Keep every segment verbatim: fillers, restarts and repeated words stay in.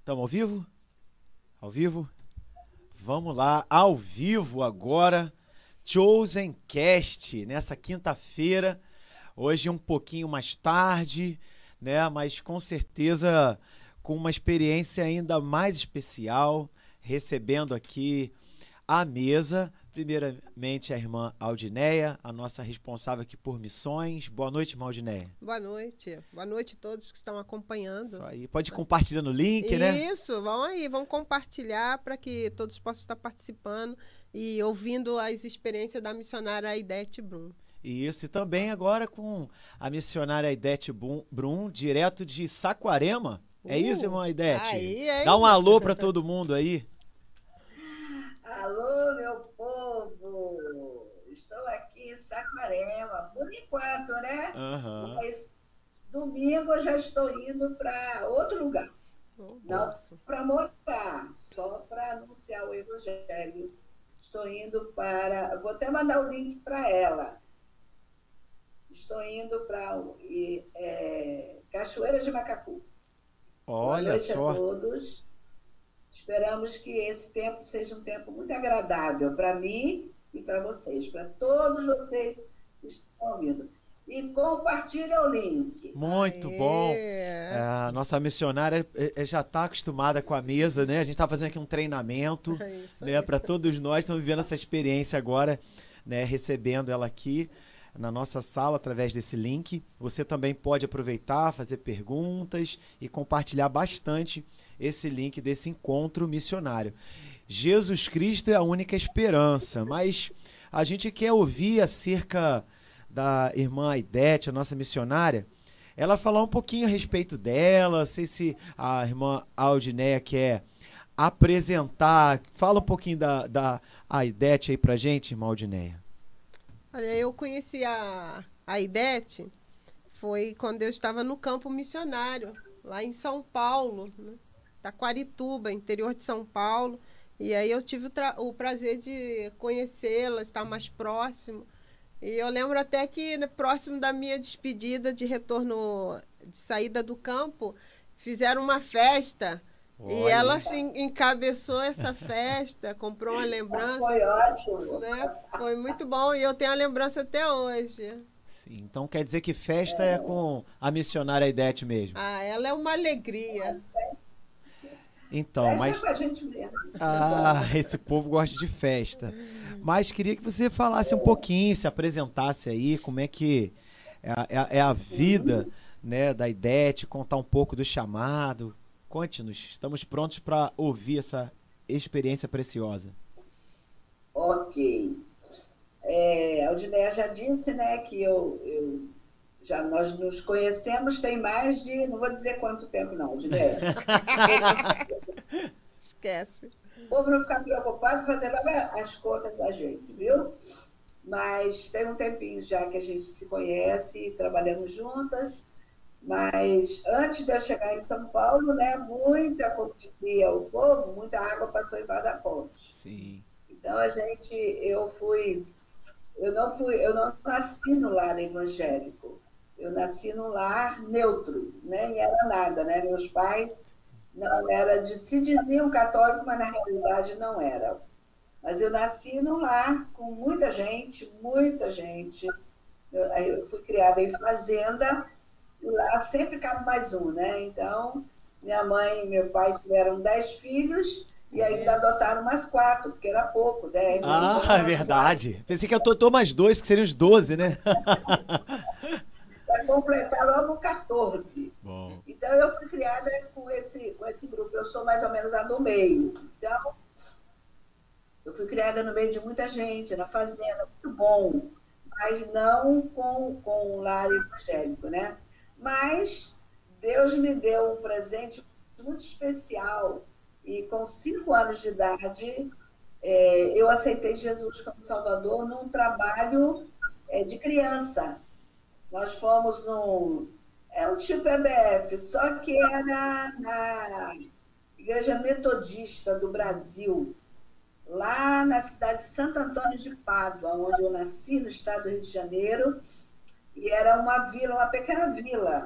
Estamos ao vivo? Ao vivo? Vamos lá, ao vivo agora, Chosen Cast, nessa quinta-feira, hoje um pouquinho mais tarde, né? Mas com certeza com uma experiência ainda mais especial, recebendo aqui à mesa, primeiramente a irmã Aldineia, a nossa responsável aqui por missões. Boa noite, irmã Aldineia. Boa noite. Boa noite a todos que estão acompanhando. Isso aí. Pode ir compartilhando o link, né? Isso, vão aí, vão compartilhar para que todos possam estar participando e ouvindo as experiências da missionária Aidete Brum. Isso, e também agora com a missionária Aidete Brum, direto de Saquarema. Uh, é isso, irmã Aidete? Aí, aí. Dá um alô para todo mundo aí. Alô, meu povo! Estou aqui em Saquarema, por enquanto, né? Uhum. Mas domingo eu já estou indo para outro lugar. Oh, não para morar, só para anunciar o Evangelho. Estou indo para... Vou até mandar o link para ela. Estou indo para é, Cachoeira de Macacu. Olha Boa noite só. a todos. Esperamos que esse tempo seja um tempo muito agradável para mim e para vocês, para todos vocês que estão ouvindo. E compartilha o link. Muito Aê. bom. É, a nossa missionária é, já está acostumada com a mesa, né? A gente está fazendo aqui um treinamento, É né? Para todos nós, estamos vivendo essa experiência agora, né? Recebendo ela aqui na nossa sala através desse link. Você também pode aproveitar, fazer perguntas e compartilhar bastante esse link desse encontro missionário. Jesus Cristo é a única esperança, mas a gente quer ouvir acerca da irmã Aidete, a nossa missionária, ela falar um pouquinho a respeito dela. Não sei se a irmã Aldineia quer apresentar. Fala um pouquinho da, da Aidete aí pra gente, irmã Aldineia. Olha, eu conheci a, a Aidete, foi quando eu estava no campo missionário, lá em São Paulo, né? Taquarituba, interior de São Paulo. E aí eu tive o, o prazer de conhecê-la, estar mais próximo. E eu lembro até que, né, próximo da minha despedida de retorno, de saída do campo, fizeram uma festa. Olha. E ela assim, encabeçou essa festa, comprou uma lembrança. Foi ótimo. Né? Foi muito bom e eu tenho a lembrança até hoje. Sim, então quer dizer que festa é, é com a missionária Aidete mesmo? Ah, ela é uma alegria. Então, festa mas... é com a gente mesmo. Ah, esse povo gosta de festa. Mas queria que você falasse um pouquinho, se apresentasse aí, como é que é a, é a vida, né, da Aidete, contar um pouco do chamado. Conte-nos, estamos prontos para ouvir essa experiência preciosa. Ok. É, a Aldineia já disse, né, que eu, eu já nós nos conhecemos tem mais de, não vou dizer quanto tempo não, Aldineia. Esquece. O povo não ficar preocupado fazer logo as contas da gente, viu? Mas tem um tempinho já que a gente se conhece, trabalhamos juntas. Mas antes de eu chegar em São Paulo, né, muita, como dizia o povo, muita água passou embaixo da ponte. Sim. Então a gente, eu fui, eu não fui, eu não nasci no lar evangélico, eu nasci no lar neutro, nem era nada, né? Meus pais não era de, se diziam católicos, mas na realidade não eram. Mas eu nasci no lar com muita gente, muita gente. Eu, eu fui criada em fazenda. E lá sempre cabe mais um, né? Então, minha mãe e meu pai tiveram dez filhos e ainda adotaram mais quatro, porque era pouco, né? Ah, é verdade. Quatro. Pensei que eu adotou mais dois, que seriam os doze, né? Para completar logo quatorze. Bom. Então, eu fui criada com esse, com esse grupo. Eu sou mais ou menos a do meio. Então, eu fui criada no meio de muita gente, na fazenda, muito bom. Mas não com, com o lar evangélico, né? Mas Deus me deu um presente muito especial e com cinco anos de idade é, eu aceitei Jesus como Salvador num trabalho é, de criança. Nós fomos num... É um tipo E B F, só que era na Igreja Metodista do Brasil, lá na cidade de Santo Antônio de Pádua, onde eu nasci, no estado do Rio de Janeiro. E era uma vila, uma pequena vila,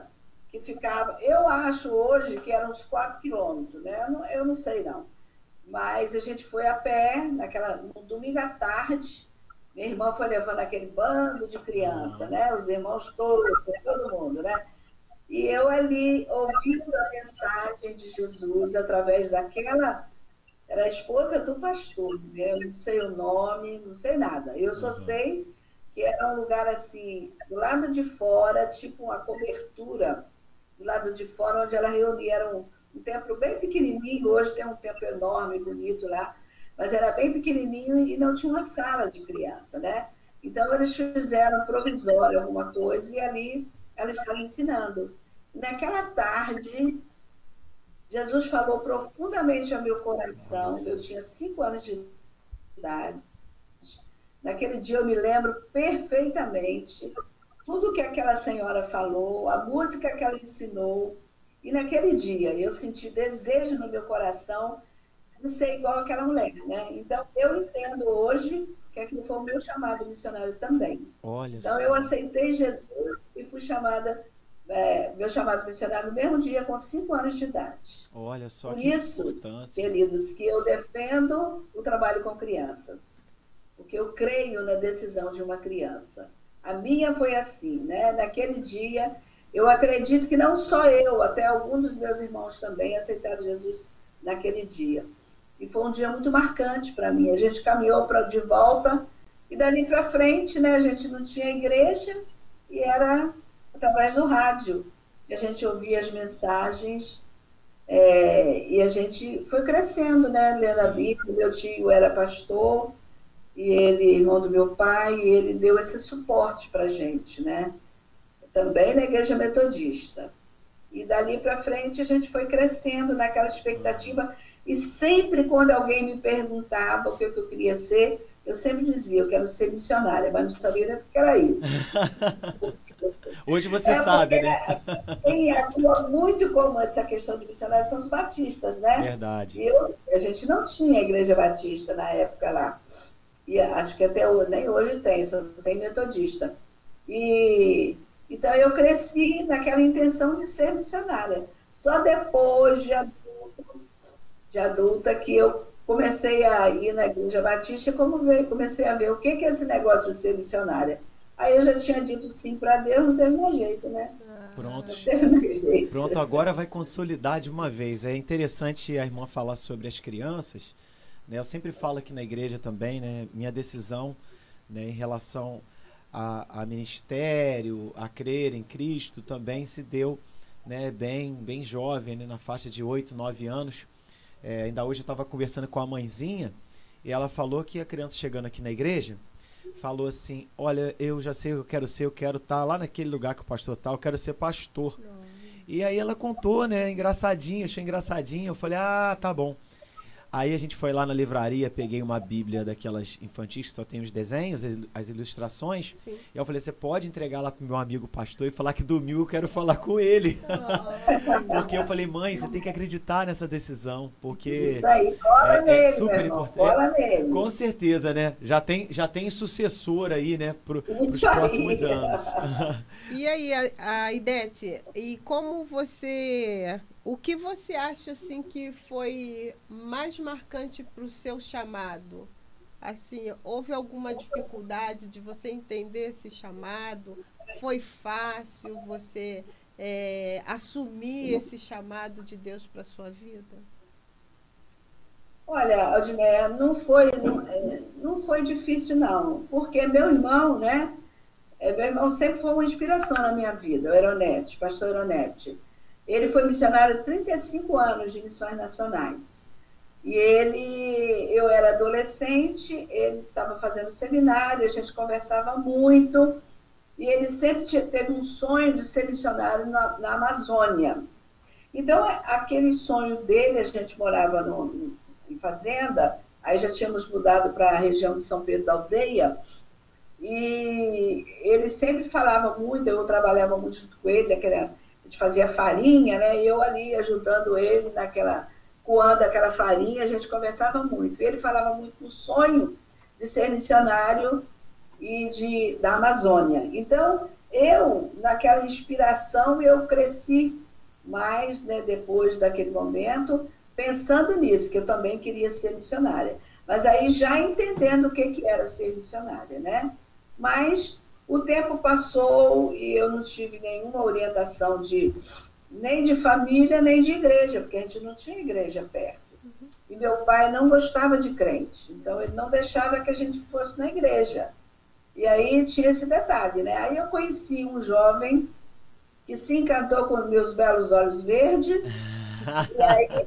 que ficava, eu acho hoje que eram uns quatro quilômetros, né? Eu não, eu não sei não. Mas a gente foi a pé, naquela, no domingo à tarde, minha irmã foi levando aquele bando de criança, né? Os irmãos todos, todo mundo, né? E eu ali ouvindo a mensagem de Jesus através daquela... Era a esposa do pastor, né? Eu não sei o nome, não sei nada. Eu só uhum. sei que era um lugar assim, do lado de fora, tipo uma cobertura, do lado de fora, onde ela reunia, era um, um templo bem pequenininho, hoje tem um templo enorme, bonito lá, mas era bem pequenininho e não tinha uma sala de criança, né? Então, eles fizeram provisório alguma coisa e ali ela estava ensinando. Naquela tarde, Jesus falou profundamente ao meu coração, eu tinha cinco anos de idade. Naquele dia eu me lembro perfeitamente tudo que aquela senhora falou, a música que ela ensinou. E naquele dia eu senti desejo no meu coração de ser igual àquela mulher, né? Então eu entendo hoje que aquilo foi o meu chamado missionário também. Olha então só. Eu aceitei Jesus e fui chamada, é, meu chamado missionário no mesmo dia com cinco anos de idade. Olha só. Por que isso, importância. queridos, que eu defendo o trabalho com crianças. Porque eu creio na decisão de uma criança. A minha foi assim, né? Naquele dia, eu acredito que não só eu, até alguns dos meus irmãos também aceitaram Jesus naquele dia. E foi um dia muito marcante para mim. A gente caminhou pra, de volta e dali para frente, né? A gente não tinha igreja e era através do rádio que a gente ouvia as mensagens é, e a gente foi crescendo, né? Lendo a Bíblia. Meu tio era pastor e ele, irmão do meu pai, e ele deu esse suporte para a gente, né? Também na igreja metodista. E dali para frente a gente foi crescendo naquela expectativa, e sempre quando alguém me perguntava o que eu queria ser, eu sempre dizia, eu quero ser missionária, mas não sabia o que era isso. Hoje você é sabe, né? Quem atua muito como essa questão de missionária são os batistas, né? Verdade. Eu, a gente não tinha igreja batista na época lá. E acho que até hoje, nem hoje tem, só tem metodista. E, então eu cresci naquela intenção de ser missionária. Só depois de adulta, de adulta que eu comecei a ir na igreja batista, como veio, comecei a ver o que é esse negócio de ser missionária. Aí eu já tinha dito sim para Deus, não teve mais jeito, né? Pronto. Não teve mais jeito. Pronto, agora vai consolidar de uma vez. É interessante a irmã falar sobre as crianças. Eu sempre falo aqui na igreja também, né, minha decisão, né, em relação a, a ministério, a crer em Cristo, também se deu, né, bem, bem jovem, né, na faixa de oito, nove anos. É, ainda hoje eu estava conversando com a mãezinha e ela falou que a criança chegando aqui na igreja falou assim, olha, eu já sei o que eu quero ser, eu quero estar lá naquele lugar que o pastor está, eu quero ser pastor. Não. E aí ela contou, né, engraçadinho, achei engraçadinho, eu falei, ah, tá bom. Aí a gente foi lá na livraria, peguei uma bíblia daquelas infantis que só tem os desenhos, as ilustrações. Sim. E eu falei, você pode entregar lá pro meu amigo pastor e falar que domingo eu quero falar com ele. Oh. Porque eu falei, mãe, você tem que acreditar nessa decisão, porque isso aí, bola é, nele, é super importante. Bola nele. Com certeza, né? Já tem, já tem sucessor aí, né, pro, pros próximos anos. E aí, a, a Idete, e como você... O que você acha assim que foi mais marcante para o seu chamado? Assim, houve alguma dificuldade de você entender esse chamado? Foi fácil você é, assumir esse chamado de Deus para a sua vida? Olha, Aldinéia, não foi, não, não foi difícil não, porque meu irmão, né? Meu irmão sempre foi uma inspiração na minha vida, o Eronete, pastor Eronete. Ele foi missionário há trinta e cinco anos de missões nacionais. E ele, eu era adolescente, ele estava fazendo seminário, a gente conversava muito, e ele sempre teve um sonho de ser missionário na, na Amazônia. Então, aquele sonho dele, a gente morava no, em fazenda, aí já tínhamos mudado para a região de São Pedro da Aldeia, e ele sempre falava muito, eu trabalhava muito junto com ele, aquela... A gente fazia farinha, né? E eu ali ajudando ele naquela, coando aquela farinha, a gente conversava muito. E ele falava muito do sonho de ser missionário e de, da Amazônia. Então, eu, naquela inspiração, eu cresci mais, né, depois daquele momento, pensando nisso, que eu também queria ser missionária. Mas aí já entendendo o que, que era ser missionária, né? Mas o tempo passou e eu não tive nenhuma orientação de, nem de família, nem de igreja, porque a gente não tinha igreja perto. E meu pai não gostava de crente, então ele não deixava que a gente fosse na igreja. E aí tinha esse detalhe, né? Aí eu conheci um jovem que se encantou com meus belos olhos verdes, e aí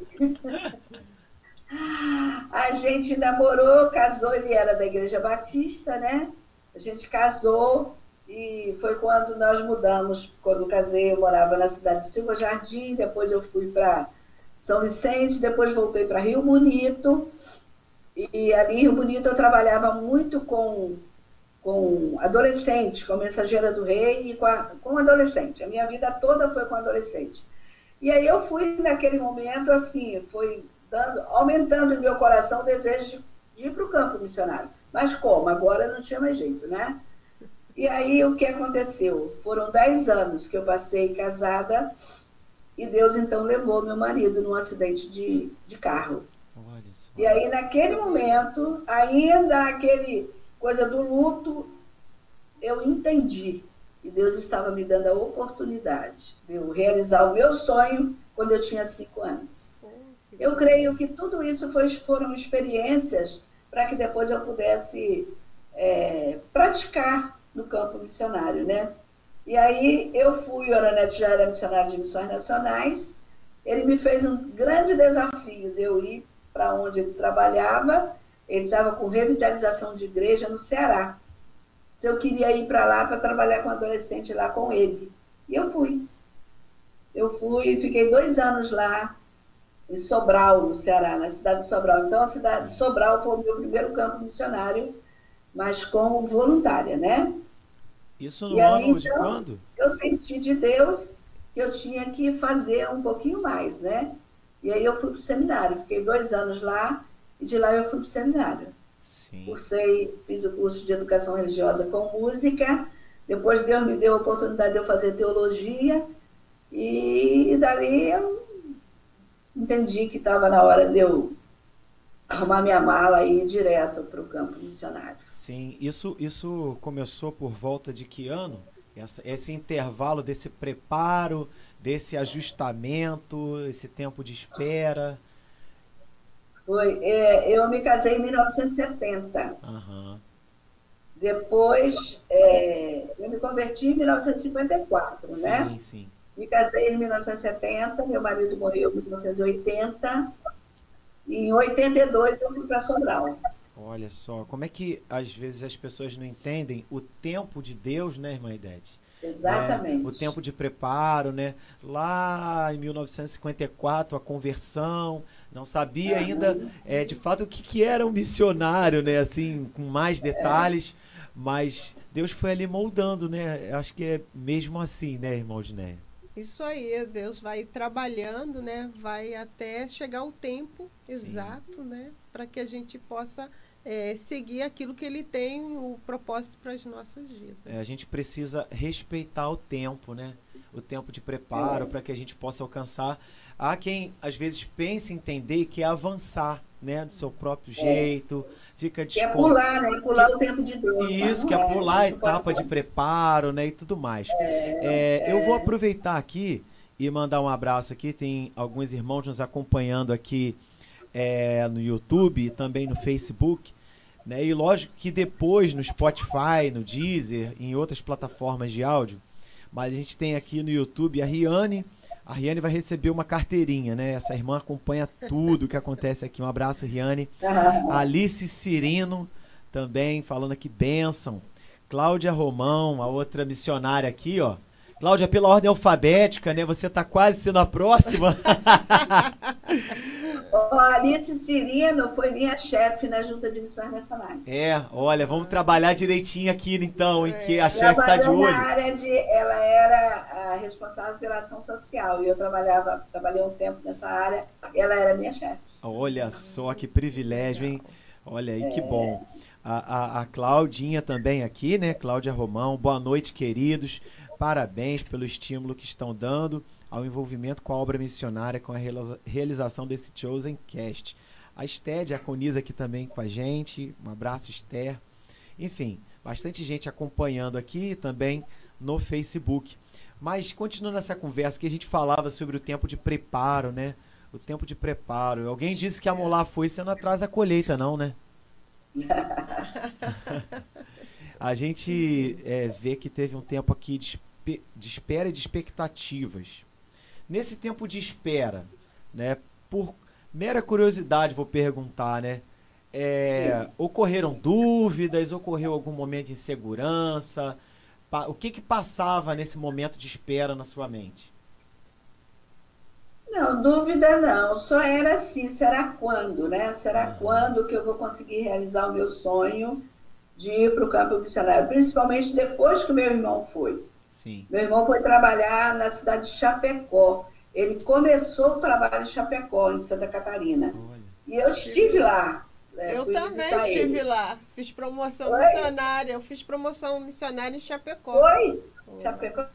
a gente namorou, casou, ele era da Igreja Batista, né? A gente casou e foi quando nós mudamos. Quando eu casei, eu morava na cidade de Silva Jardim, depois eu fui para São Vicente, depois voltei para Rio Bonito. E ali em Rio Bonito eu trabalhava muito com, com adolescentes, com a Mensageira do Rei e com, a, com adolescente. A minha vida toda foi com adolescente. E aí eu fui naquele momento, assim, foi dando, aumentando em meu coração o desejo de, de ir para o campo missionário. Mas como? Agora não tinha mais jeito, né? E aí o que aconteceu? Foram dez anos que eu passei casada e Deus então levou meu marido num acidente de, de carro. Olha só. E aí naquele momento, ainda naquele coisa do luto, eu entendi que Deus estava me dando a oportunidade de eu realizar o meu sonho quando eu tinha cinco anos. Eu creio que tudo isso foi, foram experiências para que depois eu pudesse é, praticar no campo missionário, né? E aí eu fui, o Oraneto já era missionário de missões nacionais, ele me fez um grande desafio de eu ir para onde ele trabalhava, ele estava com revitalização de igreja no Ceará. Se eu queria ir para lá para trabalhar com adolescente lá com ele. E eu fui. Eu fui, fiquei dois anos lá, em Sobral, no Ceará, na cidade de Sobral. Então, a cidade de Sobral foi o meu primeiro campo missionário, mas como voluntária, né? Isso no e ano aí, de então, quando? Eu senti de Deus que eu tinha que fazer um pouquinho mais, né? E aí eu fui para o seminário. Fiquei dois anos lá e de lá eu fui para o seminário. Sim. Cursei, fiz o curso de educação religiosa com música. Depois Deus me deu a oportunidade de eu fazer teologia. E dali eu entendi que estava na hora de eu arrumar minha mala e ir direto para o campo missionário. Sim, isso, isso começou por volta de que ano? Essa, esse intervalo desse preparo, desse ajustamento, esse tempo de espera? Foi, é, eu me casei em mil novecentos e setenta. Uhum. Depois, é, eu me converti em mil novecentos e cinquenta e quatro, Sim, né? Sim, sim. Me casei em mil novecentos e setenta, meu marido morreu em mil novecentos e oitenta, e em oitenta e dois eu fui para Sobral. Olha só, como é que às vezes as pessoas não entendem o tempo de Deus, né, irmã Idete? Exatamente. É, o tempo de preparo, né? Lá em mil novecentos e cinquenta e quatro, a conversão, não sabia ainda, é, de fato, o que, que era um missionário, né? Assim, com mais detalhes, é. Mas Deus foi ali moldando, né? Acho que é mesmo assim, né, irmão Odneia? Isso aí, Deus vai trabalhando, né? Vai até chegar o tempo exato, Sim. né? Para que a gente possa é, seguir aquilo que Ele tem, o propósito para as nossas vidas. É, a gente precisa respeitar o tempo, né? O tempo de preparo, é. para que a gente possa alcançar. Há quem, às vezes, pense em entender e quer avançar, né? Do seu próprio é. jeito. Fica Quer pular, né? Pular que... o tempo de Deus. Isso, quer é, pular a etapa de preparo, né? E tudo mais. É, é, eu vou aproveitar aqui e mandar um abraço aqui. Tem alguns irmãos nos acompanhando aqui é, no YouTube e também no Facebook. Né? E lógico que depois no Spotify, no Deezer, em outras plataformas de áudio. Mas a gente tem aqui no YouTube a Riane. A Riane vai receber uma carteirinha, né? Essa irmã acompanha tudo que acontece aqui. Um abraço, Riane. A Alice Cirino também falando aqui, bênção. Cláudia Romão, a outra missionária aqui, ó. Cláudia, pela ordem alfabética, né? Você tá quase sendo a próxima. Oh, a Alice Cirino foi minha chefe na Junta de Missões Nacionais. É, olha, vamos trabalhar direitinho aqui então, em que a chefe tá de olho. Na área de, ela era a responsável pela ação social e eu trabalhava, trabalhei um tempo nessa área, ela era minha chefe. Olha só que privilégio, hein? Olha aí, é. que bom. A, a, a Claudinha também aqui, né? Cláudia Romão. Boa noite, queridos. Parabéns pelo estímulo que estão dando ao envolvimento com a obra missionária, com a realização desse Chosen Cast. A Esther Diaconisa aqui também com a gente. Um abraço, Esther. Enfim, bastante gente acompanhando aqui também no Facebook. Mas continuando essa conversa que a gente falava sobre o tempo de preparo, né? O tempo de preparo. Alguém disse que a molar foi, você não atrasa a colheita, não, né? A gente é, vê que teve um tempo aqui de, de espera e de expectativas. Nesse tempo de espera, né? Por mera curiosidade, vou perguntar, né? É, ocorreram dúvidas? Ocorreu algum momento de insegurança? O que que passava nesse momento de espera na sua mente? Não, dúvida não. Só era assim, será quando, né? Será uhum. quando que eu vou conseguir realizar o meu sonho de ir para o campo missionário? Principalmente depois que meu irmão foi. Sim. Meu irmão foi trabalhar na cidade de Chapecó. Ele começou o trabalho em Chapecó, em Santa Catarina. Olha. E eu estive lá. Né, eu também estive ele. lá. Fiz promoção Foi? missionária. Eu fiz promoção missionária em Chapecó. Foi? Foi. Chapecó?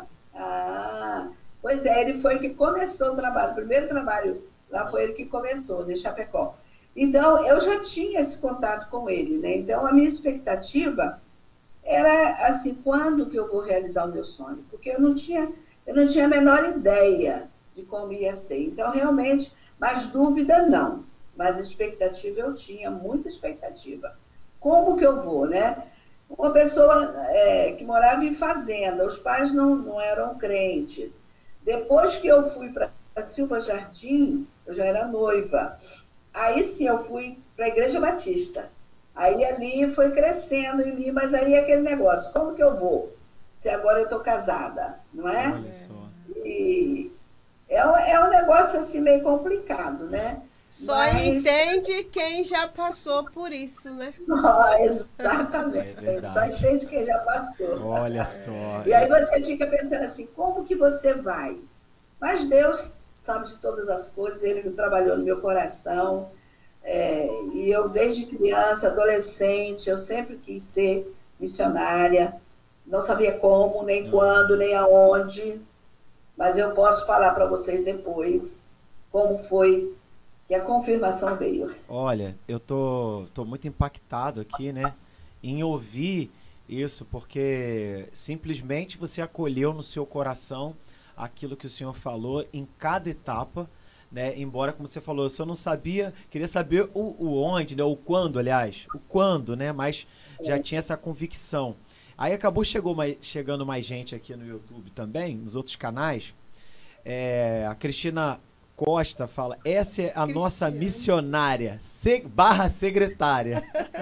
Ah, pois é, ele foi que começou o trabalho. O primeiro trabalho lá foi ele que começou, em Chapecó. Então, eu já tinha esse contato com ele, né? Então, a minha expectativa era, assim, quando que eu vou realizar o meu sonho? Porque eu não tinha, eu não tinha a menor ideia de como ia ser. Então, realmente, mas dúvida não. Mas expectativa eu tinha, muita expectativa. Como que eu vou, né? Uma pessoa é, que morava em fazenda, os pais não, não eram crentes. Depois que eu fui para Silva Jardim, eu já era noiva. Aí sim eu fui para a Igreja Batista. Aí ali foi crescendo em mim, mas aí aquele negócio, como que eu vou? Se agora eu estou casada, não é? Olha só. E é, é um negócio assim meio complicado, né? Só Mas... entende quem já passou por isso, né? Oh, exatamente. É Só entende quem já passou. Olha só. E aí você fica pensando assim, como que você vai? Mas Deus sabe de todas as coisas, Ele trabalhou no meu coração. É, e eu, desde criança, adolescente, eu sempre quis ser missionária. Não sabia como, nem Não. quando, nem aonde. Mas eu posso falar para vocês depois como foi que a confirmação veio. Olha, eu tô, tô muito impactado aqui, né, em ouvir isso, porque simplesmente você acolheu no seu coração aquilo que o senhor falou em cada etapa, né, embora, como você falou, eu só não sabia, queria saber o, o onde, né, o quando, aliás, o quando, né, mas já tinha essa convicção. Aí acabou chegou mais, chegando mais gente aqui no YouTube também, nos outros canais. É, a Cristina Costa fala, essa é a Cristiane. nossa missionária, se, barra secretária.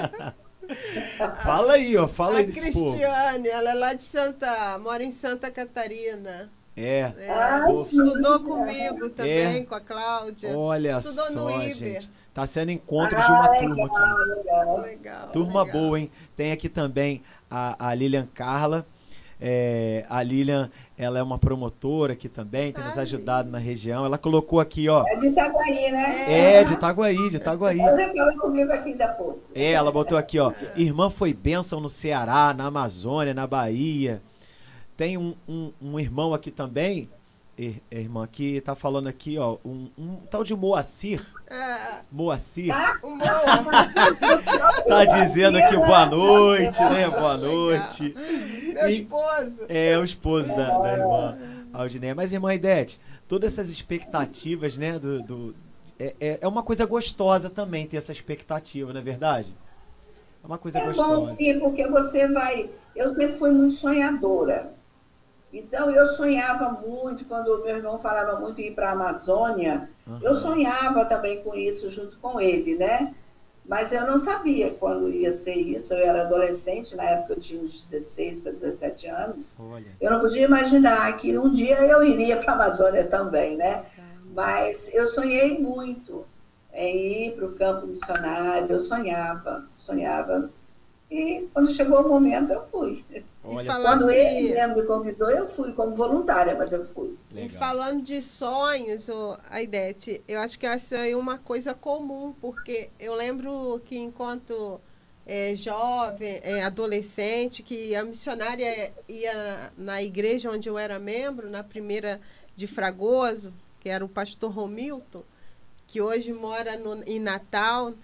Fala aí, ó, fala a aí desse Cristiane, povo. Ela é lá de Santa, mora em Santa Catarina. É. é ah, estudou comigo também, é. com a Cláudia. Olha estudou só, no I B E R. gente. Tá sendo encontro ah, de uma legal, turma aqui. Legal, legal, turma legal. boa, hein? Tem aqui também a, a Lilian Carla. É, a Lilian, ela é uma promotora aqui também, tem Ai, nos ajudado na região. Ela colocou aqui, ó. É de Itaguaí, né? É, de Itaguaí, de Itaguaí. Ela falou comigo aqui ainda há pouco. É, ela botou aqui, ó. Irmã foi bênção no Ceará, na Amazônia, na Bahia. Tem um, um, um irmão aqui também, irmã, que tá falando aqui, ó, um, um tal de Moacir. É. Moacir. Ah, o tá dizendo aqui boa noite, né? Boa noite. Meu e, esposo. É, o esposo da, da irmã Aldineia. Mas, irmã Idete, todas essas expectativas, né? Do, do, é, é uma coisa gostosa também ter essa expectativa, não é verdade? É uma coisa é gostosa. É bom, sim, porque você vai... Eu sempre fui muito sonhadora. Então, eu sonhava muito, quando o meu irmão falava muito em ir para a Amazônia, uhum. eu sonhava também com isso junto com ele, né? Mas eu não sabia quando ia ser isso. Eu era adolescente, na época eu tinha uns dezesseis para dezessete anos. Olha. Eu não podia imaginar que um dia eu iria para a Amazônia também, né? Mas eu sonhei muito em ir para o campo missionário, eu sonhava, sonhava. E quando chegou o momento, eu fui. Olha, quando assim, ele mesmo me convidou, eu fui como voluntária, mas eu fui. Legal. E falando de sonhos, oh, Aidete, eu acho que essa é uma coisa comum, porque eu lembro que enquanto é, jovem, é, adolescente, que a missionária ia na igreja onde eu era membro, na primeira de Fragoso, que era o pastor Romilton, que hoje mora no, em Natal,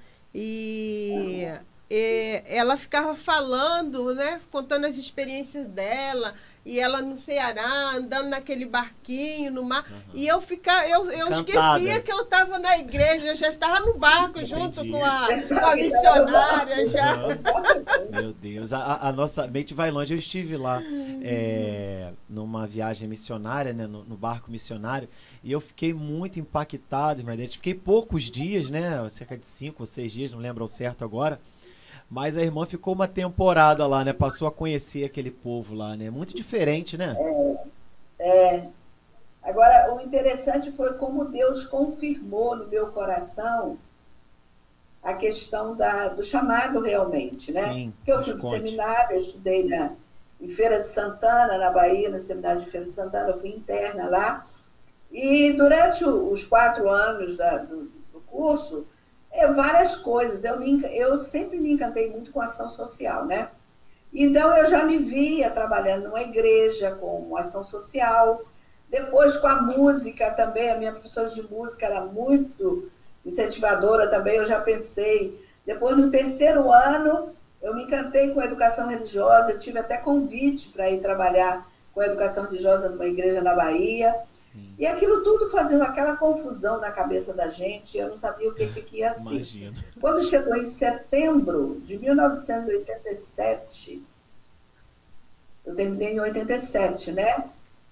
e, e ela ficava falando, né, contando as experiências dela, e ela no Ceará, andando naquele barquinho, no mar. Uhum. E eu ficava, eu, eu esquecia que eu estava na igreja, eu já estava no barco Entendi. junto com a, com a missionária. Já. Uhum. Meu Deus, a, a nossa mente vai longe. Eu estive lá é, numa viagem missionária, né, no, no barco missionário, e eu fiquei muito impactado, mas fiquei poucos dias, né, cerca de cinco ou seis dias, não lembro ao certo agora. Mas a irmã ficou uma temporada lá, né? Passou a conhecer aquele povo lá, né? Muito diferente, né? É, é. Agora, o interessante foi como Deus confirmou no meu coração a questão da, do chamado realmente, né? Sim, Porque eu fui para o seminário, eu estudei na, em Feira de Santana, na Bahia, no seminário de Feira de Santana, eu fui interna lá. E durante os quatro anos da, do, do curso... É, várias coisas. Eu, me, eu sempre me encantei muito com ação social, né? Então, eu já me via trabalhando numa igreja com ação social. Depois, com a música também, a minha professora de música era muito incentivadora também, eu já pensei. Depois, no terceiro ano, eu me encantei com a educação religiosa, eu tive até convite para ir trabalhar com a educação religiosa numa igreja na Bahia. Sim. E aquilo tudo fazia aquela confusão na cabeça da gente, eu não sabia o que, que, que ia ser. Imagino. Quando chegou em setembro de mil novecentos e oitenta e sete, eu terminei em oitenta e sete, né?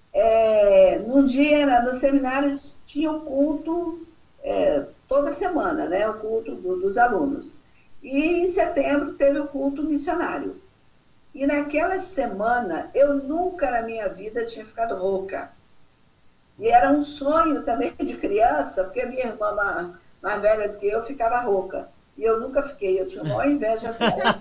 É, num dia, no seminário, tinha um culto é, toda semana, né? O culto do, dos alunos. E em setembro teve o culto missionário. E naquela semana, eu nunca na minha vida tinha ficado rouca. E era um sonho também de criança, porque a minha irmã mais, mais velha do que eu ficava rouca. E eu nunca fiquei, eu tinha uma inveja dela.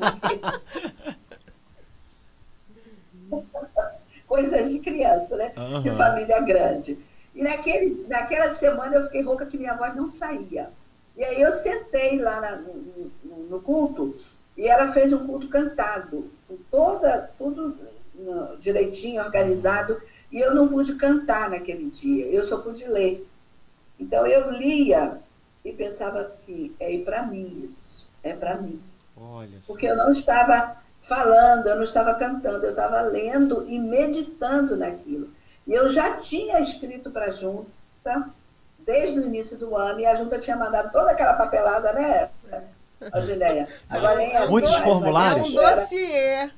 Coisas de criança, né? Uhum. De família grande. E naquele, naquela semana eu fiquei rouca que minha voz não saía. E aí eu sentei lá na, no, no culto, e ela fez um culto cantado, com toda, tudo direitinho, organizado. E eu não pude cantar naquele dia, eu só pude ler. Então eu lia e pensava assim, é para mim isso, é para mim. Olha só. Porque eu não estava falando, eu não estava cantando, eu estava lendo e meditando naquilo. E eu já tinha escrito para a junta, desde o início do ano, e a junta tinha mandado toda aquela papelada, né, Algineia? Agora, é muitos mais, formulários. É um dossiê. É.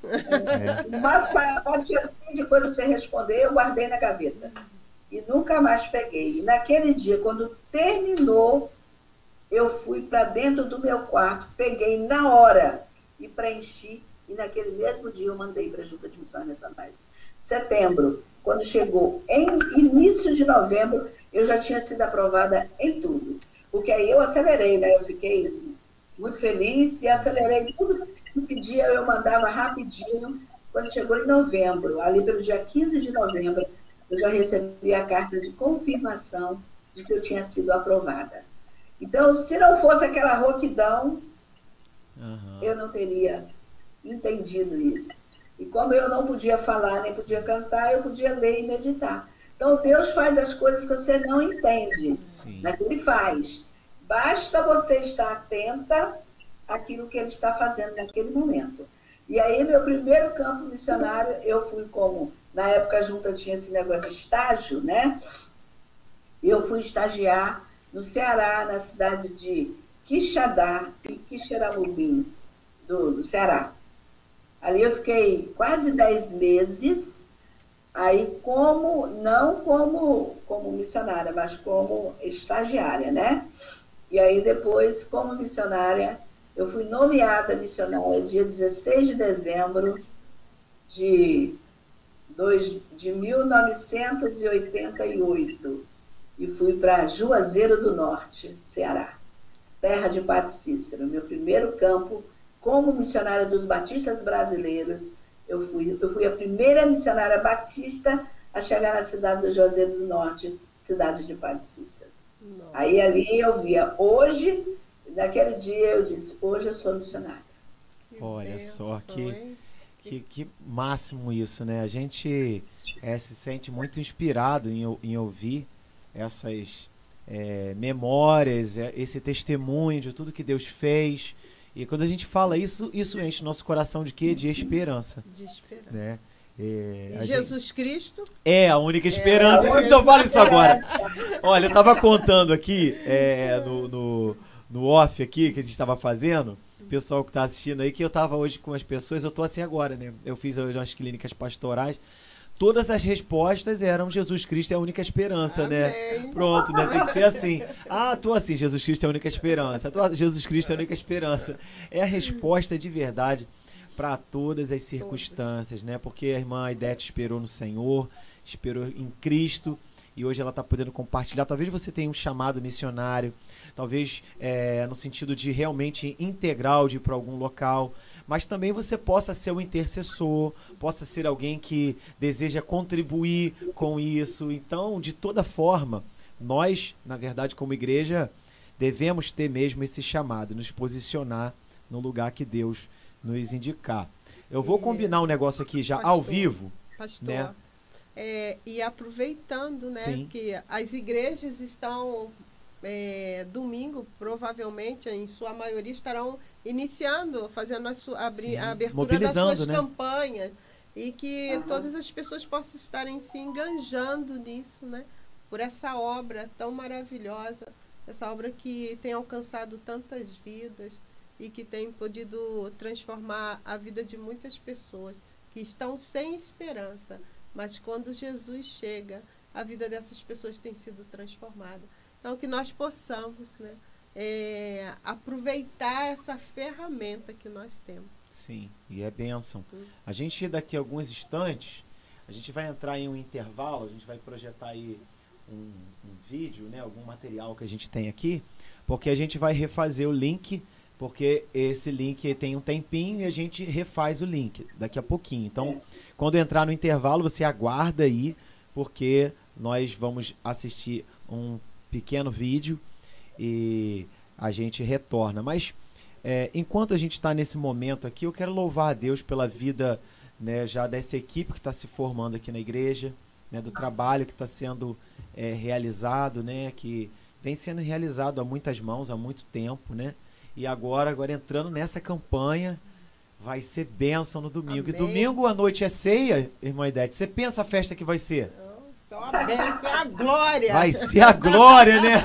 Uma sacote assim de coisa para você responder, eu guardei na gaveta. E nunca mais peguei. E naquele dia, quando terminou, eu fui para dentro do meu quarto, peguei na hora e preenchi. E naquele mesmo dia eu mandei para a Junta de Missões Nacionais. Setembro, quando chegou em início de novembro, eu já tinha sido aprovada em tudo. Porque aí eu acelerei, né? Eu fiquei muito feliz e acelerei tudo que pedia, eu mandava rapidinho. Quando chegou em novembro, ali pelo dia quinze de novembro, eu já recebi a carta de confirmação de que eu tinha sido aprovada. Então, se não fosse aquela rouquidão, uhum. eu não teria entendido isso. E como eu não podia falar, nem podia cantar, eu podia ler e meditar. Então, Deus faz as coisas que você não entende, Sim. mas Ele faz. Basta você estar atenta àquilo que Ele está fazendo naquele momento. E aí, meu primeiro campo missionário, eu fui como... Na época, a junta tinha esse negócio de estágio, né? Eu fui estagiar no Ceará, na cidade de Quixadá e Quixeramobim, do, do Ceará. Ali eu fiquei quase dez meses, aí como, não como, como missionária, mas como estagiária, né? E aí depois, como missionária, eu fui nomeada missionária dia dezesseis de dezembro de, dois, de mil novecentos e oitenta e oito. E fui para Juazeiro do Norte, Ceará, terra de Padre Cícero, meu primeiro campo como missionária dos batistas brasileiros. Eu fui, eu fui a primeira missionária batista a chegar na cidade do Juazeiro do Norte, cidade de Padre Cícero. Nossa. Aí ali eu via, hoje, naquele dia eu disse, hoje eu sou missionária. Olha bênção, só, que, hein? que, que máximo isso, né? A gente é, se sente muito inspirado em, em ouvir essas é, memórias, é, esse testemunho de tudo que Deus fez. E quando a gente fala isso, isso enche nosso coração de quê? De esperança. De esperança. Né? É, a Jesus gente... Cristo é a única esperança. É, a gente só fala isso agora. Olha, eu tava contando aqui é, no, no, no off aqui que a gente tava fazendo, o pessoal que tá assistindo aí, que eu tava hoje com as pessoas, eu tô assim agora, né? Eu fiz hoje umas clínicas pastorais. Todas as respostas eram Jesus Cristo é a única esperança, Amém. Né? Pronto, né? Tem que ser assim. Ah, tô assim, Jesus Cristo é a única esperança. Tô, Jesus Cristo é a única esperança. É a resposta de verdade para todas as circunstâncias, né? Porque a irmã Aidete esperou no Senhor, esperou em Cristo e hoje ela está podendo compartilhar. Talvez você tenha um chamado missionário, talvez é, no sentido de realmente integral de ir para algum local, mas também você possa ser um intercessor, possa ser alguém que deseja contribuir com isso. Então, de toda forma, nós, na verdade, como igreja, devemos ter mesmo esse chamado, nos posicionar no lugar que Deus nos indicar. Eu vou combinar um negócio aqui já pastor, ao vivo. Pastor, né? é, e aproveitando, né, Sim. que as igrejas estão, é, domingo, provavelmente, em sua maioria, estarão iniciando, fazendo a, su, abri, a abertura das suas né? campanhas, e que Uhum. todas as pessoas possam estarem se enganjando nisso, né, por essa obra tão maravilhosa, essa obra que tem alcançado tantas vidas e que tem podido transformar a vida de muitas pessoas que estão sem esperança, mas quando Jesus chega, a vida dessas pessoas tem sido transformada. Então, que nós possamos, né, é, aproveitar essa ferramenta que nós temos. Sim, e é bênção. A gente, daqui a alguns instantes, a gente vai entrar em um intervalo, a gente vai projetar aí um, um vídeo, né, algum material que a gente tem aqui, porque a gente vai refazer o link, porque esse link tem um tempinho e a gente refaz o link daqui a pouquinho. Então, quando entrar no intervalo, você aguarda aí, porque nós vamos assistir um pequeno vídeo e a gente retorna. Mas, é, enquanto a gente está nesse momento aqui, eu quero louvar a Deus pela vida, né, já dessa equipe que está se formando aqui na igreja, né, do trabalho que está sendo é, realizado, né, que vem sendo realizado a muitas mãos há muito tempo, né? E agora, agora entrando nessa campanha, vai ser bênção no domingo. Amém. E domingo à noite é ceia, irmã Aidete. Você pensa a festa que vai ser? Só a bênção, a glória. Vai ser a glória, né?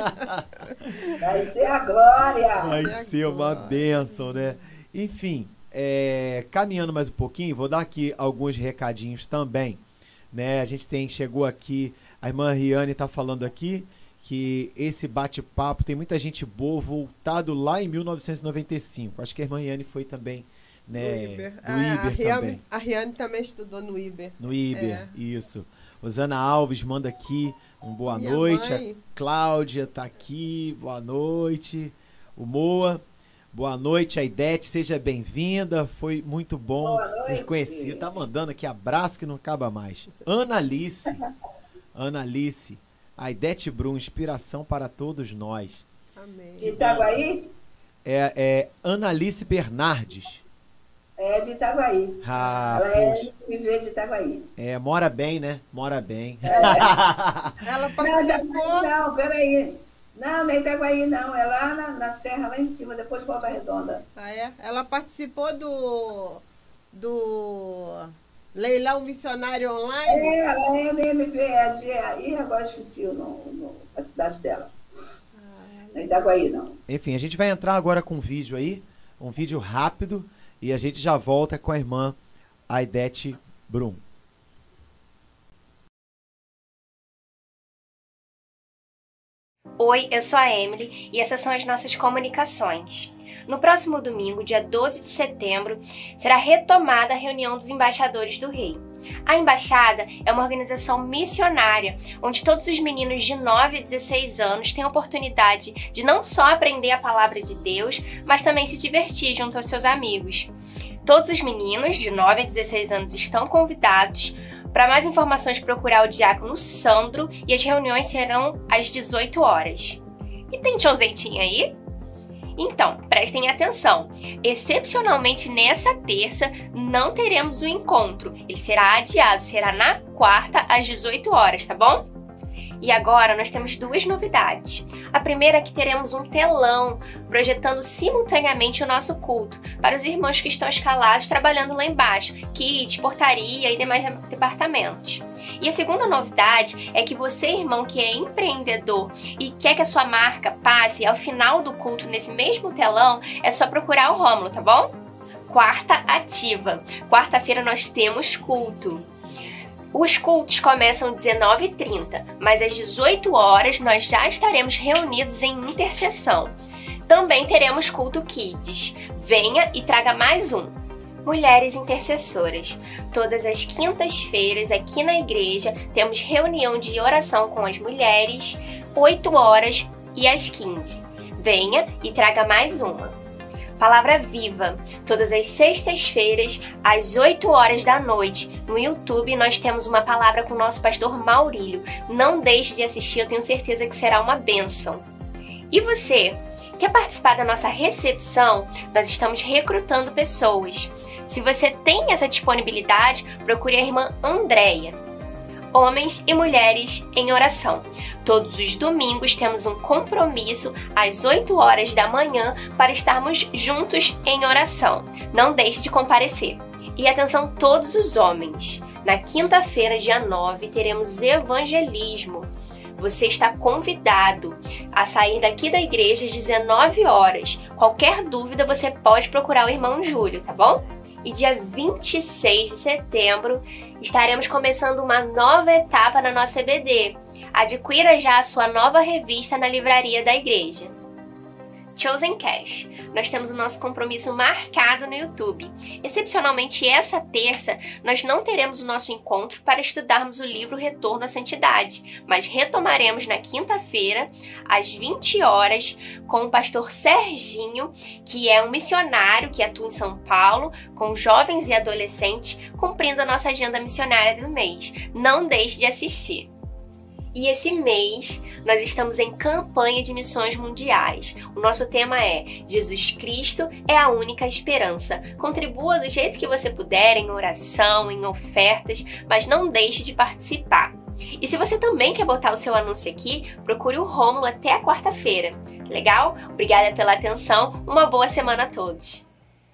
Vai ser a glória. Vai Vai ser uma glória. bênção, né? Enfim, é, caminhando mais um pouquinho, vou dar aqui alguns recadinhos também. Né? A gente tem, chegou aqui, a irmã Riane está falando aqui, que esse bate-papo tem muita gente boa voltado lá em mil novecentos e noventa e cinco. Acho que a irmã Riane foi também, né? Do Iber. Do Ah, a, Iber Riane, também. a Riane também estudou no Iber. No Iber, É. isso. Rosana Alves manda aqui um boa Minha noite. mãe. A Cláudia tá aqui, boa noite. O Moa, boa noite. A Aidete, seja bem-vinda. Foi muito bom Boa noite. ter conhecido. Tá mandando aqui abraço que não acaba mais. Ana Alice, Ana Alice. Aidete Brum, inspiração para todos nós. Amém. De Itaguaí? É, é Analice Bernardes. É de Itaguaí. Ah, Ela é poxa. de viver de Itaguaí. É, mora bem, né? Mora bem. Ela Não, não, participou. não, peraí. Não, não é Itaguaí, não. É lá na, na serra, lá em cima, depois de Volta Redonda. Ah, é? Ela participou do, do leilão missionário online? É, ela é M M V, é de... Ih, agora esqueci o nome, no- a cidade dela. Não é Itaguaí, não. Enfim, a gente vai entrar agora com um vídeo aí, um vídeo rápido, e a gente já volta com a irmã Aidete Brum. Oi, eu sou a Emily e essas são as nossas comunicações. No próximo domingo, dia doze de setembro, será retomada a reunião dos embaixadores do Rei. A Embaixada é uma organização missionária, onde todos os meninos de nove a dezesseis anos têm a oportunidade de não só aprender a palavra de Deus, mas também se divertir junto aos seus amigos. Todos os meninos de nove a dezesseis anos estão convidados. Para mais informações, procurar o diácono Sandro e as reuniões serão às dezoito horas. E tem showzentinho aí? Então, prestem atenção. Excepcionalmente nessa terça não teremos o encontro. Ele será adiado, será na quarta às dezoito horas, tá bom? E agora nós temos duas novidades. A primeira é que teremos um telão projetando simultaneamente o nosso culto para os irmãos que estão escalados trabalhando lá embaixo, kit, portaria e demais departamentos. E a segunda novidade é que você, irmão que é empreendedor e quer que a sua marca passe ao final do culto nesse mesmo telão, é só procurar o Rômulo, tá bom? Quarta ativa. Quarta-feira nós temos culto. Os cultos começam às dezenove e trinta, mas às dezoito horas nós já estaremos reunidos em intercessão. Também teremos culto Kids. Venha e traga mais um. Mulheres intercessoras. Todas as quintas-feiras aqui na igreja temos reunião de oração com as mulheres, oito horas e às quinze. Venha e traga mais uma. Palavra Viva. Todas as sextas-feiras, às oito horas da noite, no YouTube, nós temos uma palavra com o nosso pastor Maurílio. Não deixe de assistir, eu tenho certeza que será uma bênção. E você? Quer participar da nossa recepção? Nós estamos recrutando pessoas. Se você tem essa disponibilidade, procure a irmã Andréia. Homens e mulheres em oração. Todos os domingos temos um compromisso às oito horas da manhã para estarmos juntos em oração. Não deixe de comparecer. E atenção todos os homens. Na quinta-feira, dia nove, teremos evangelismo. Você está convidado a sair daqui da igreja às dezenove horas. Qualquer dúvida você pode procurar o irmão Júlio, tá bom? E dia vinte e seis de setembro estaremos começando uma nova etapa na nossa E B D. Adquira já a sua nova revista na livraria da igreja. Chosen Cash. Nós temos o nosso compromisso marcado no YouTube. Excepcionalmente essa terça, nós não teremos o nosso encontro para estudarmos o livro Retorno à Santidade, mas retomaremos na quinta-feira, às vinte horas, com o pastor Serginho, que é um missionário que atua em São Paulo, com jovens e adolescentes, cumprindo a nossa agenda missionária do mês. Não deixe de assistir. E esse mês nós estamos em campanha de missões mundiais. O nosso tema é Jesus Cristo é a única esperança. Contribua do jeito que você puder, em oração, em ofertas, mas não deixe de participar. E se você também quer botar o seu anúncio aqui, procure o Rômulo até a quarta-feira. Legal? Obrigada pela atenção, uma boa semana a todos.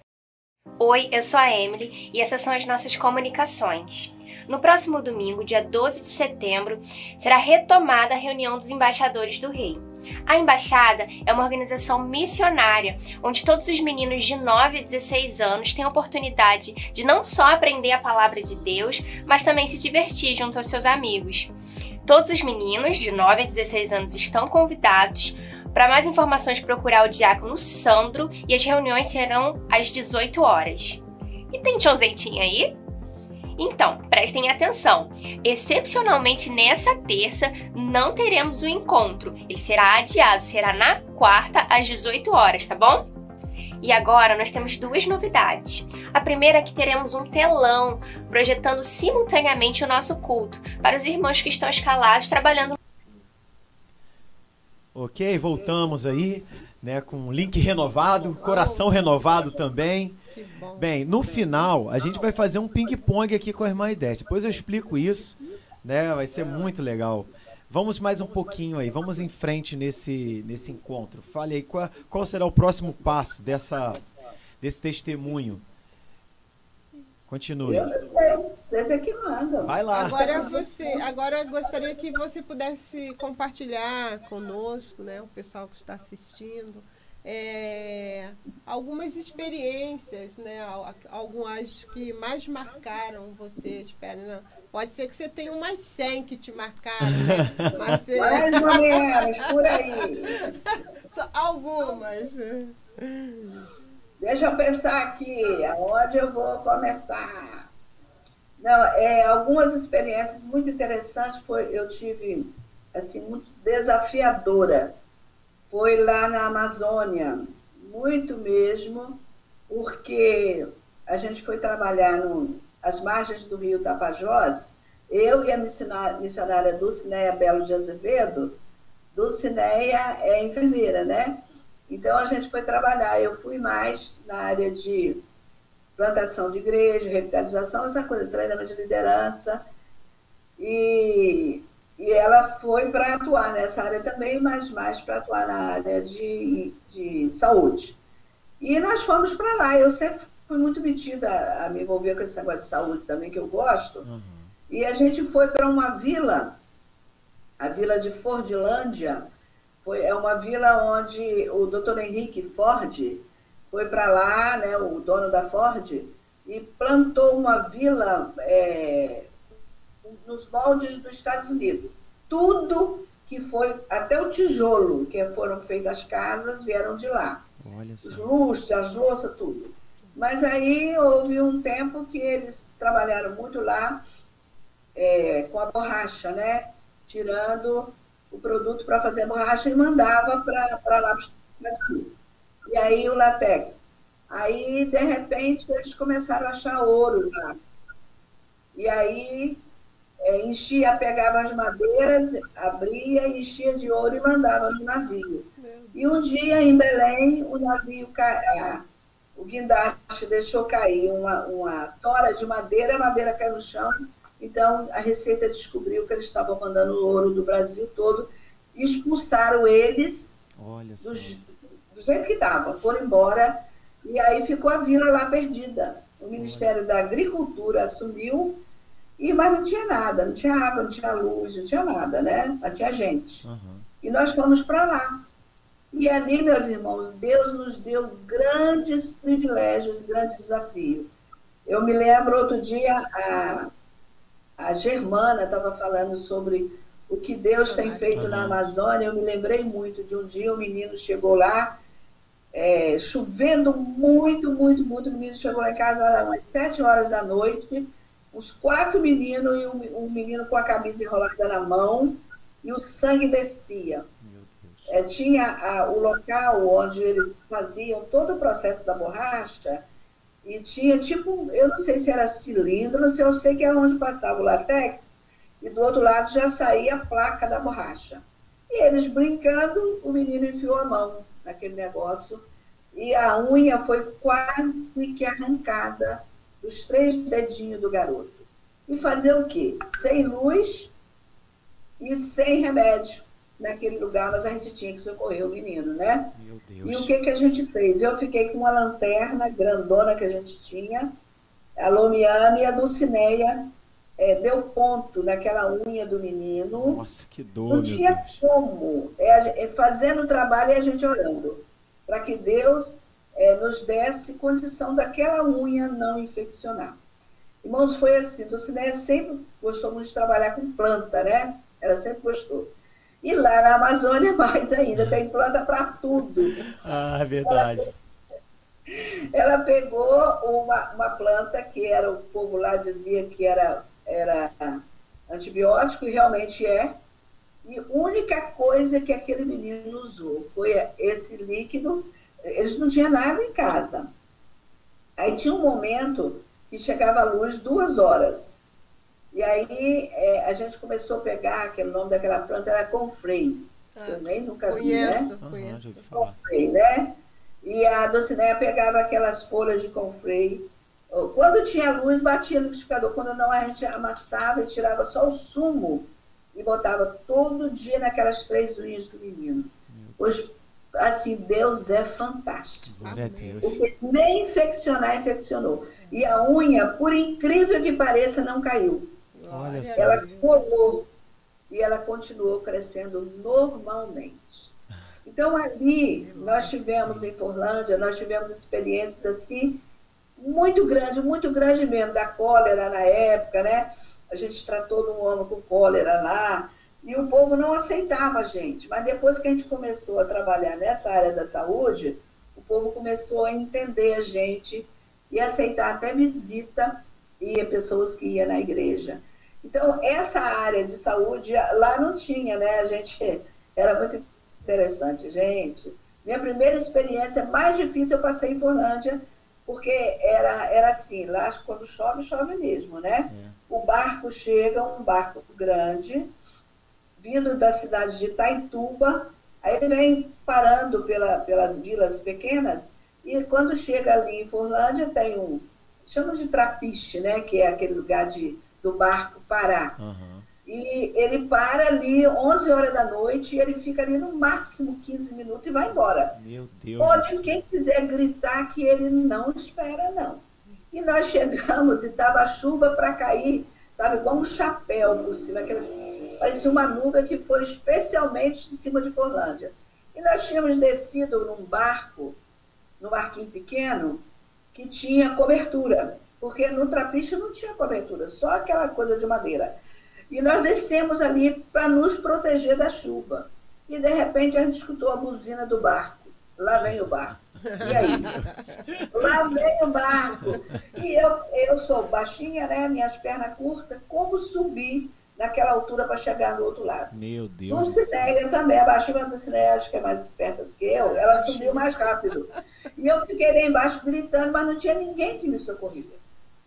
Oi, eu sou a Emily e essas são as nossas comunicações. No próximo domingo, dia doze de setembro, será retomada a reunião dos embaixadores do rei. A embaixada é uma organização missionária, onde todos os meninos de nove a dezesseis anos têm a oportunidade de não só aprender a palavra de Deus, mas também se divertir junto aos seus amigos. Todos os meninos de nove a dezesseis anos estão convidados. Para mais informações, procurar o diácono Sandro e as reuniões serão às dezoito horas. E tem showzeitinho aí? Então, prestem atenção. Excepcionalmente nessa terça não teremos o encontro. Ele será adiado, será na quarta às dezoito horas, tá bom? E agora nós temos duas novidades. A primeira é que teremos um telão projetando simultaneamente o nosso culto para os irmãos que estão escalados trabalhando. Ok, voltamos aí, né, com um link renovado, coração renovado também. Bem, no final, a gente vai fazer um ping-pong aqui com a irmã Idete. Depois eu explico isso, né? Vai ser muito legal. Vamos mais um pouquinho aí, vamos em frente nesse, nesse encontro. Fale aí, qual, qual será o próximo passo dessa, desse testemunho? Continue. Eu não sei, vocês é que mandam. Vai lá. Agora, você, agora eu gostaria que você pudesse compartilhar conosco, né, o pessoal que está assistindo, É, algumas experiências, né? Algumas que mais marcaram você, espero, não. Pode ser que você tenha umas cem que te marcaram, né? Mas, é... mais ou menos, por aí. Só algumas. Deixa eu pensar aqui, aonde eu vou começar. Não, é, algumas experiências muito interessantes foi, eu tive, assim, muito desafiadora. Foi lá na Amazônia, muito mesmo, porque a gente foi trabalhar no, às margens do rio Tapajós, eu e a missionária, missionária Dulcineia Belo de Azevedo. Dulcineia é enfermeira, né? Então a gente foi trabalhar. Eu fui mais na área de plantação de igreja, revitalização, essa coisa, treinamento de liderança. E, e ela foi para atuar nessa área também, mas mais para atuar na área de, de saúde. E nós fomos para lá. Eu sempre fui muito metida a me envolver com esse negócio de saúde também, que eu gosto. Uhum. E a gente foi para uma vila, a vila de Fordlândia. Foi, é uma vila onde o doutor Henrique Ford foi para lá, né, o dono da Ford, e plantou uma vila é, nos moldes dos Estados Unidos. Tudo que foi, até o tijolo que foram feitas as casas, vieram de lá. Olha só. Os lustres, as louças, tudo. Mas aí houve um tempo que eles trabalharam muito lá é, com a borracha, né? Tirando o produto para fazer a borracha e mandava para lá para os Estados Unidos. E aí o látex. Aí, de repente, eles começaram a achar ouro lá. E aí, é, enchia, pegava as madeiras, abria, enchia de ouro e mandava no navio. E um dia, em Belém, o navio, ca... o guindaste deixou cair uma, uma tora de madeira, a madeira caiu no chão. Então, a Receita descobriu que eles estavam mandando ouro do Brasil todo, e expulsaram eles Olha do, do jeito que estavam, foram embora, e aí ficou a vila lá perdida. O Ministério Olha. da Agricultura assumiu, e, mas não tinha nada, não tinha água, não tinha luz, não tinha nada, né? Mas tinha gente. Uhum. E nós fomos para lá. E ali, meus irmãos, Deus nos deu grandes privilégios, grandes desafios. Eu me lembro, outro dia, a... A Germana estava falando sobre o que Deus tem feito na Amazônia. Eu me lembrei muito de um dia, um menino chegou lá, é, chovendo muito, muito, muito. O menino chegou lá em casa, era umas sete horas da noite, uns quatro meninos e um, um menino com a camisa enrolada na mão, e o sangue descia. Meu Deus. É, tinha a, o local onde eles faziam todo o processo da borracha. E tinha tipo, eu não sei se era cilindro, não sei, eu sei que é onde passava o látex, e do outro lado já saía a placa da borracha. E eles brincando, o menino enfiou a mão naquele negócio, e a unha foi quase que arrancada dos três dedinhos do garoto. E fazer o quê? Sem luz e sem remédio naquele lugar, mas a gente tinha que socorrer o menino, né? Meu Deus. E o que, que a gente fez? Eu fiquei com uma lanterna grandona que a gente tinha, a Lomiane e a Dulcineia é, deu ponto naquela unha do menino. Nossa, que dor, Não tinha Deus. como. É, é fazendo o trabalho e a gente orando, para que Deus é, nos desse condição daquela unha não infeccionar. Irmãos, foi assim, Dulcineia sempre gostou muito de trabalhar com planta, né? Ela sempre gostou. E lá na Amazônia, mais ainda, tem planta para tudo. Ah, é verdade. Ela, ela pegou uma, uma planta que era, o povo lá dizia que era, era antibiótico, e realmente é. E a única coisa que aquele menino usou foi esse líquido. Eles não tinham nada em casa. Aí tinha um momento que chegava a luz duas horas. E aí é, a gente começou a pegar, aquele nome daquela planta era confrei. Ah, eu nem nunca conheço, vi, né? Conheço, confrei, né? E a Dulcineia pegava aquelas folhas de confrei. Quando tinha luz, batia no liquidificador. Quando não, a gente amassava e tirava só o sumo e botava todo dia naquelas três unhas do menino. Hoje, assim, Deus é fantástico. Deus. Porque nem infeccionar, infeccionou. E a unha, por incrível que pareça, não caiu. Olha só. Ela colou e ela continuou crescendo normalmente. Então, ali, nós tivemos em Forlândia, nós tivemos experiências assim, muito grandes, muito grandes mesmo, da cólera na época, né? A gente tratou de um homem com cólera lá, e o povo não aceitava a gente. Mas depois que a gente começou a trabalhar nessa área da saúde, o povo começou a entender a gente e aceitar até visita e pessoas que iam na igreja. Então, essa área de saúde, lá não tinha, né? A gente, era muito interessante, gente. Minha primeira experiência mais difícil eu passei em Forlândia, porque era, era assim, lá quando chove, chove mesmo, né? É. O barco chega, um barco grande, vindo da cidade de Itaituba, Aí ele vem parando pela, pelas vilas pequenas, e quando chega ali em Forlândia, tem um, chamam de trapiche, né? Que é aquele lugar de, do barco parar. Uhum. E ele para ali onze horas da noite, e ele fica ali no máximo quinze minutos e vai embora. Meu Deus. Olha, quem quiser gritar que ele não espera, não. E nós chegamos e estava a chuva para cair, estava igual um chapéu por cima, aquela, parecia uma nuvem que foi especialmente de cima de Forlândia. E nós tínhamos descido num barco, num barquinho pequeno, que tinha cobertura, porque no trapiche não tinha cobertura, só aquela coisa de madeira. E nós descemos ali para nos proteger da chuva. E, de repente, a gente escutou a buzina do barco. Lá vem o barco. E aí? Lá vem o barco. E eu, eu sou baixinha, né? Minhas pernas curtas. Como subir naquela altura para chegar no outro lado? Meu Deus. Dulcinéia também, a baixinha da Dulcinéia, acho que é mais esperta do que eu. Ela subiu mais rápido. E eu fiquei lá embaixo gritando, mas não tinha ninguém que me socorria.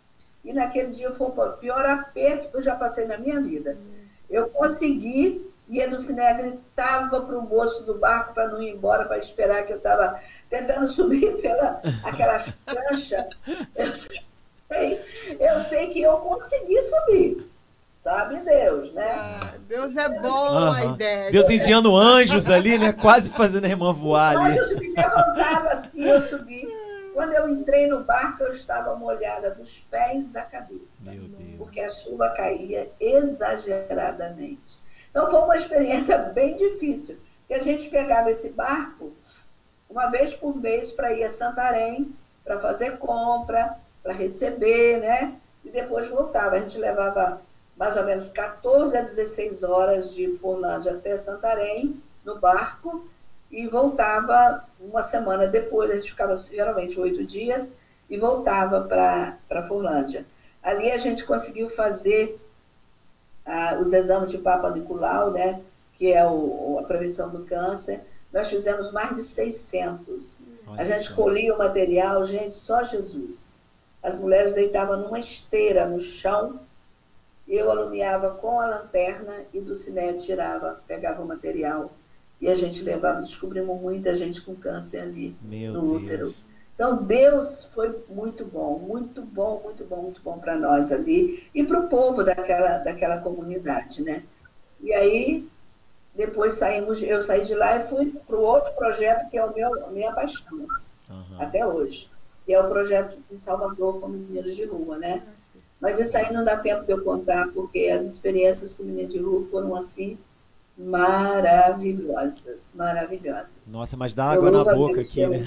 E naquele dia foi o pior aperto que eu já passei na minha vida. Eu consegui, e a Dulcinéia gritava para o moço do barco para não ir embora, para esperar, que eu estava tentando subir pela aquelas pranchas. Eu sei, eu sei que eu consegui subir. Sabe Deus, né? Ah, Deus é bom, Uhum. a ideia. Deus enviando anjos ali, né? Quase fazendo a irmã voar ali. Anjos me levantavam assim, eu subi. Quando eu entrei no barco, eu estava molhada dos pés à cabeça. Meu Deus. Porque a chuva caía exageradamente. Então foi uma experiência bem difícil. Que a gente pegava esse barco uma vez por mês para ir a Santarém, para fazer compra, para receber, né? E depois voltava. A gente levava mais ou menos quatorze a dezesseis horas de Forlândia até Santarém, no barco, e voltava uma semana depois. A gente ficava geralmente oito dias e voltava para Forlândia. Ali a gente conseguiu fazer ah, os exames de Papa Nicolau, né, que é o, a prevenção do câncer. Nós fizemos mais de seiscentos. Olha a gente só. colhia o material, gente, só Jesus. As mulheres deitavam numa esteira no chão, eu alumiava com a lanterna e Dulcinéia tirava, pegava o material. E a gente levava, descobrimos muita gente com câncer ali Meu no Deus. útero. Então, Deus foi muito bom, muito bom, muito bom, muito bom para nós ali e para o povo daquela, daquela comunidade, né? E aí, depois saímos, eu saí de lá e fui para o outro projeto que é o meu, a minha paixão, Uhum. até hoje, que é o projeto em Salvador com meninos de rua, né? Mas isso aí não dá tempo de eu contar, porque as experiências com meninos de rua foram assim, maravilhosas, maravilhosas. Nossa, mas dá água na boca aqui, né?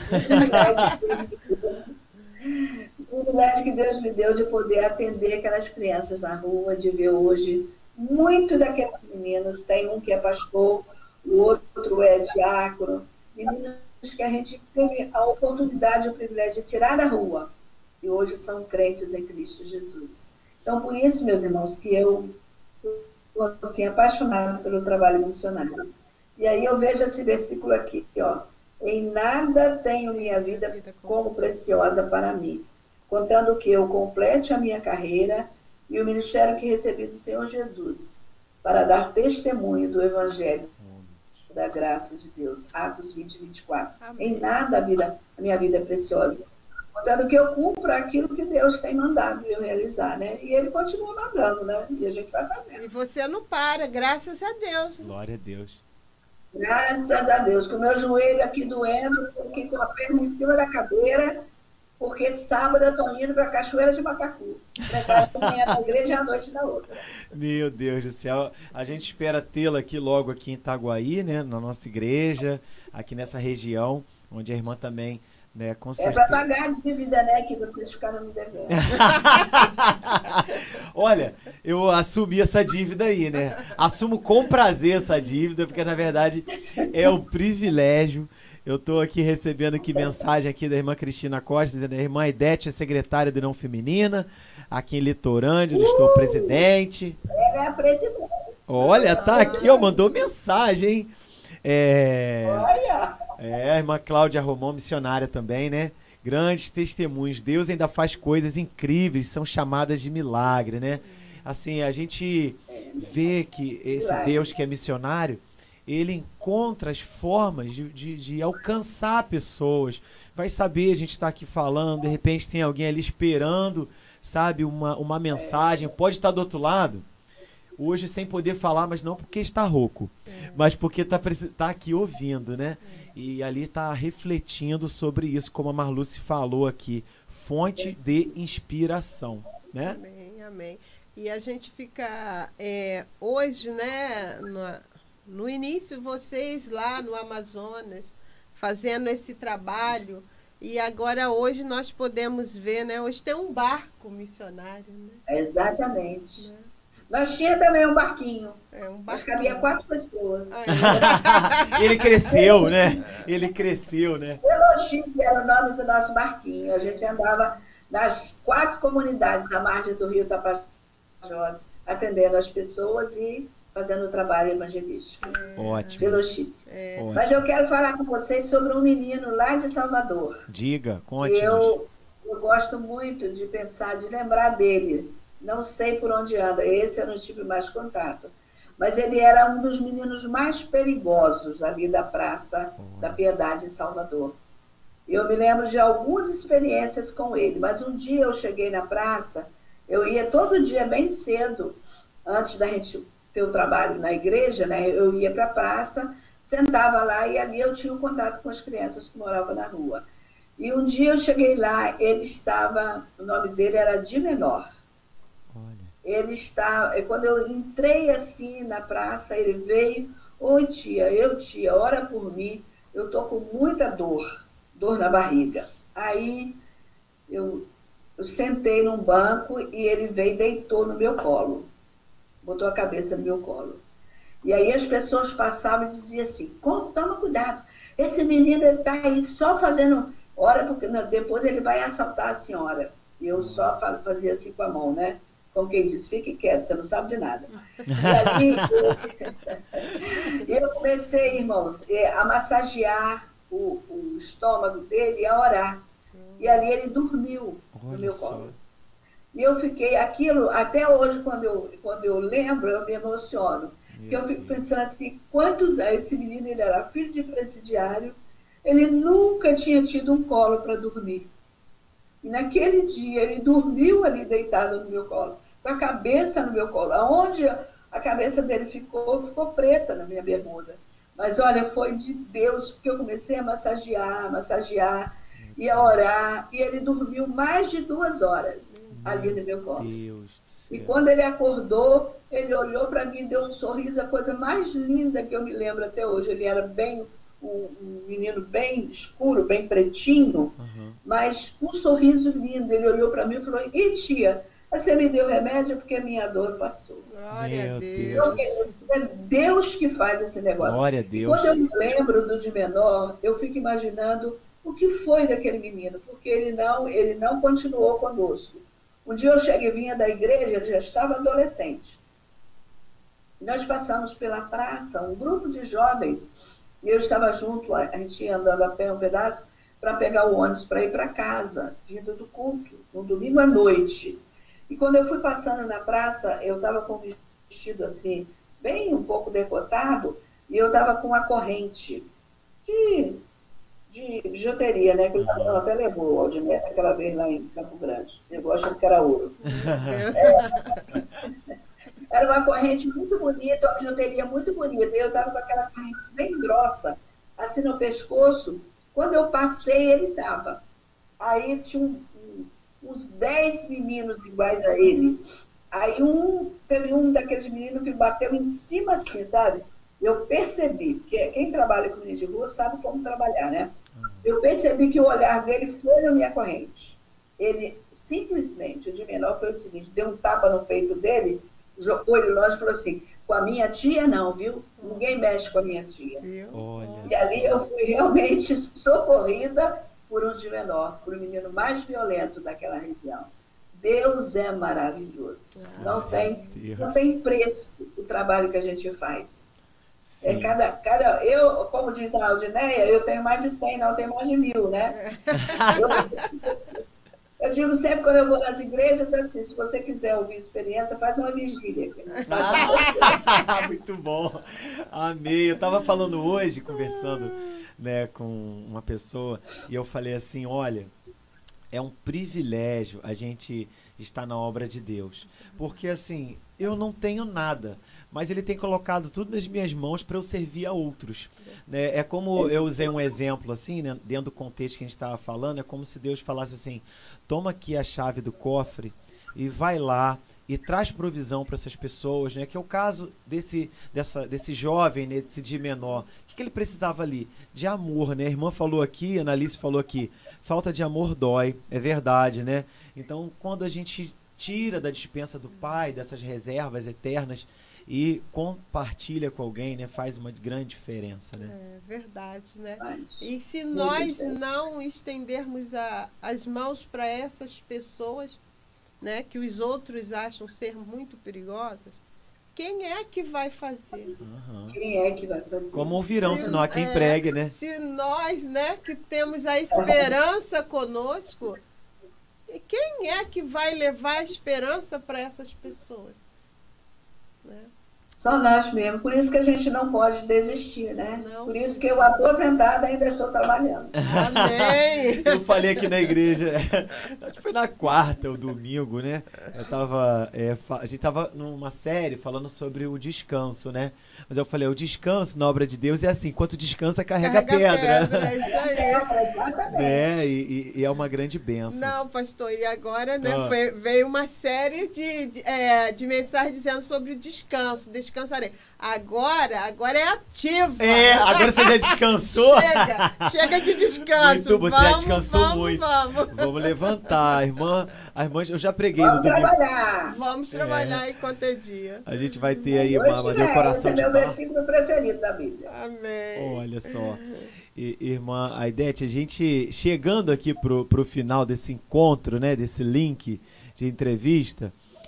O privilégio que Deus me deu de poder atender aquelas crianças na rua, de ver hoje muito daqueles meninos. Tem um que é pastor, o outro é diácono, meninos que a gente teve a oportunidade, o privilégio de tirar da rua, e hoje são crentes em Cristo Jesus. Então, por isso, meus irmãos, que eu sou assim, apaixonado pelo trabalho missionário. E aí eu vejo esse versículo aqui, ó. Em nada tenho minha vida como preciosa para mim, contando que eu complete a minha carreira e o ministério que recebi do Senhor Jesus, para dar testemunho do Evangelho da graça de Deus. Atos vinte, vinte e quatro. Amém. Em nada a, vida, a minha vida é preciosa, contando que eu cumpra aquilo que Deus tem mandado eu realizar, né? E Ele continua mandando, né? E a gente vai fazendo. E você não para, graças a Deus. Glória a Deus. Graças a Deus, com o meu joelho aqui doendo, aqui com a perna em cima da cadeira, porque sábado eu estou indo para a Cachoeira de Macacu. Preparando amanhã na igreja e à noite na outra. Meu Deus do céu. A gente espera tê-la aqui logo aqui em Itaguaí, né? Na nossa igreja, aqui nessa região, onde a irmã também, né, com É certeza. para pagar a dívida, né, que vocês ficaram me devendo. Olha, eu assumi essa dívida aí, né? Assumo com prazer essa dívida, porque na verdade é um privilégio. Eu estou aqui recebendo aqui mensagem aqui da irmã Cristina Costa, dizendo que a irmã Idete é secretária do Não Feminina, aqui em Litorândia, onde estou presidente. Ela é a presidente. Olha, tá aqui, ó, mandou mensagem, hein? É... Olha! É, a irmã Cláudia Romão, missionária também, né? Grandes testemunhos. Deus ainda faz coisas incríveis, são chamadas de milagre, né? Assim, a gente vê que esse Deus que é missionário, ele encontra as formas de, de, de alcançar pessoas. Vai saber, a gente está aqui falando, de repente tem alguém ali esperando, sabe, uma, uma mensagem, pode estar do outro lado, hoje sem poder falar, mas não porque está rouco, é. mas porque está tá aqui ouvindo, né? É. E ali está refletindo sobre isso, como a Marluce falou aqui, fonte de inspiração, né? Amém, amém. E a gente fica, é, hoje, né, no, no início, vocês lá no Amazonas, fazendo esse trabalho, e agora hoje nós podemos ver, né, hoje tem um barco missionário, né? Exatamente. Né? Nós tínhamos também um barquinho. É, um barquinho. Mas cabia quatro pessoas. Ele cresceu, né? Ele cresceu, né? Elogio, que era o nome do nosso barquinho. A gente andava nas quatro comunidades à margem do rio Tapajós, atendendo as pessoas e fazendo o trabalho evangelístico. É. Ótimo. Fellowship. É. Mas eu quero falar com vocês sobre um menino lá de Salvador. Diga, conte-nos. Eu, eu gosto muito de pensar, de lembrar dele. Não sei por onde anda, esse eu não tive mais contato. Mas ele era um dos meninos mais perigosos ali da Praça oh. da Piedade em Salvador. Eu me lembro de algumas experiências com ele, mas um dia eu cheguei na praça, eu ia todo dia bem cedo, antes da gente ter o trabalho na igreja, né? Eu ia para a praça, sentava lá e ali eu tinha um contato com as crianças que moravam na rua. E um dia eu cheguei lá, ele estava, o nome dele era de menor. Ele está, quando eu entrei assim na praça, ele veio, oi tia, eu tia, ora por mim, eu tô com muita dor, dor na barriga. Aí eu, eu sentei num banco e ele veio e deitou no meu colo, botou a cabeça no meu colo. E aí as pessoas passavam e diziam assim, toma cuidado, esse menino está aí só fazendo hora, porque depois ele vai assaltar a senhora. E eu só fazia assim com a mão, né? Como quem diz, fique quieto, você não sabe de nada. E aí, eu, eu comecei, irmãos, a massagear o, o estômago dele e a orar. E ali ele dormiu Olha no meu só. colo. E eu fiquei, aquilo, até hoje, quando eu, quando eu lembro, eu me emociono. Porque eu fico pensando assim, quantos anos, esse menino, ele era filho de presidiário, ele nunca tinha tido um colo para dormir. E naquele dia, ele dormiu ali deitado no meu colo, com a cabeça no meu colo. Aonde a cabeça dele ficou, ficou preta na minha bermuda. Mas, olha, foi de Deus, porque eu comecei a massagear, massagear, e a orar, e ele dormiu mais de duas horas ali no meu colo. Deus e quando ele acordou, ele olhou para mim e deu um sorriso, a coisa mais linda que eu me lembro até hoje. Ele era bem... Um, um menino bem escuro, bem pretinho, uhum. mas um sorriso lindo. Ele olhou para mim e falou, e tia, você me deu remédio porque a minha dor passou. Glória a Deus. É Deus que faz esse negócio. Glória a Deus. E quando eu me lembro do de menor, eu fico imaginando o que foi daquele menino, porque ele não, ele não continuou conosco. Um dia eu cheguei, vinha da igreja, ele já estava adolescente. Nós passamos pela praça, um grupo de jovens. E eu estava junto, a gente ia andando a pé um pedaço, para pegar o ônibus para ir para casa, vindo do culto, no domingo à noite. E quando eu fui passando na praça, eu estava com um vestido assim, bem um pouco decotado, e eu estava com uma corrente de, de bijuteria, né? Que ele até levou, o Aldinete, aquela vez lá em Campo Grande. Levou achando que era ouro. É. Era uma corrente muito bonita, uma bijuteria muito bonita. E eu estava com aquela corrente bem grossa, assim no pescoço. Quando eu passei, ele estava. Aí tinha um, um, uns dez meninos iguais a ele. Aí um, teve um daqueles meninos que bateu em cima assim, sabe? Eu percebi, porque quem trabalha com menino de rua sabe como trabalhar, né? Eu percebi que o olhar dele foi na minha corrente. Ele simplesmente, o de menor foi o seguinte, deu um tapa no peito dele, jogou ele longe e falou assim, com a minha tia não, viu? Ninguém mexe com a minha tia. Olha e ali só. Eu fui realmente socorrida por um de menor, por um menino mais violento daquela região. Deus é maravilhoso. Ah, não, tem, não tem preço o trabalho que a gente faz. É cada, cada, eu, como diz a Aldineia, eu tenho mais de cem, não, eu tenho mais de mil, né? eu, Eu digo sempre quando eu vou nas igrejas, assim, se você quiser ouvir experiência, faz uma vigília. Ah, muito bom. Amei. Eu estava falando hoje, conversando, né, com uma pessoa, e eu falei assim, olha, é um privilégio a gente estar na obra de Deus. Porque, assim, eu não tenho nada, mas Ele tem colocado tudo nas minhas mãos para eu servir a outros. Né? É como eu usei um exemplo, assim, né, dentro do contexto que a gente estava falando, é como se Deus falasse assim, toma aqui a chave do cofre e vai lá e traz provisão para essas pessoas, né? Que é o caso desse, dessa, desse jovem, né? Desse de menor. O que, que ele precisava ali? De amor, né? A irmã falou aqui, a Analice falou aqui, falta de amor dói, é verdade, né? Então, quando a gente tira da dispensa do Pai, dessas reservas eternas, e compartilha com alguém, né? Faz uma grande diferença, né? É verdade, né? E se nós não estendermos a, as mãos para essas pessoas, né, que os outros acham ser muito perigosas, quem é que vai fazer? Uhum. Quem é que vai fazer? Como ouvirão, se, senão há quem é, pregue, né? Se nós, né, que temos a esperança conosco, e quem é que vai levar a esperança para essas pessoas? Né? Só nós mesmos. Por isso que a gente não pode desistir, né? Não. Por isso que eu, aposentada, ainda estou trabalhando. Amém! Eu falei aqui na igreja, acho que foi na quarta ou domingo, né? Eu tava, é, a gente tava numa série falando sobre o descanso, né? Mas eu falei, o descanso na obra de Deus é assim, enquanto descansa, carrega, Carrega pedra. pedra, é isso aí. É, exatamente. Né? E, e, e é uma grande bênção. Não, pastor, e agora, né, Ah. foi, veio uma série de, de, é, de mensagens dizendo sobre o descanso, descansarei. Agora, agora é ativa. É, agora você já descansou? Chega, chega de descanso. Muito, você vamos, já descansou vamos, muito. Vamos, Vamos levantar, a irmã, a irmã, eu já preguei Vamos no domingo. trabalhar. vamos trabalhar enquanto é dia. A gente vai ter aí Hoje, uma, uma né, decoração esse de é meu barro. versículo preferido da Bíblia. Amém. Olha só. E, irmã Aidete, a gente chegando aqui pro, pro final desse encontro, né, desse link de entrevista,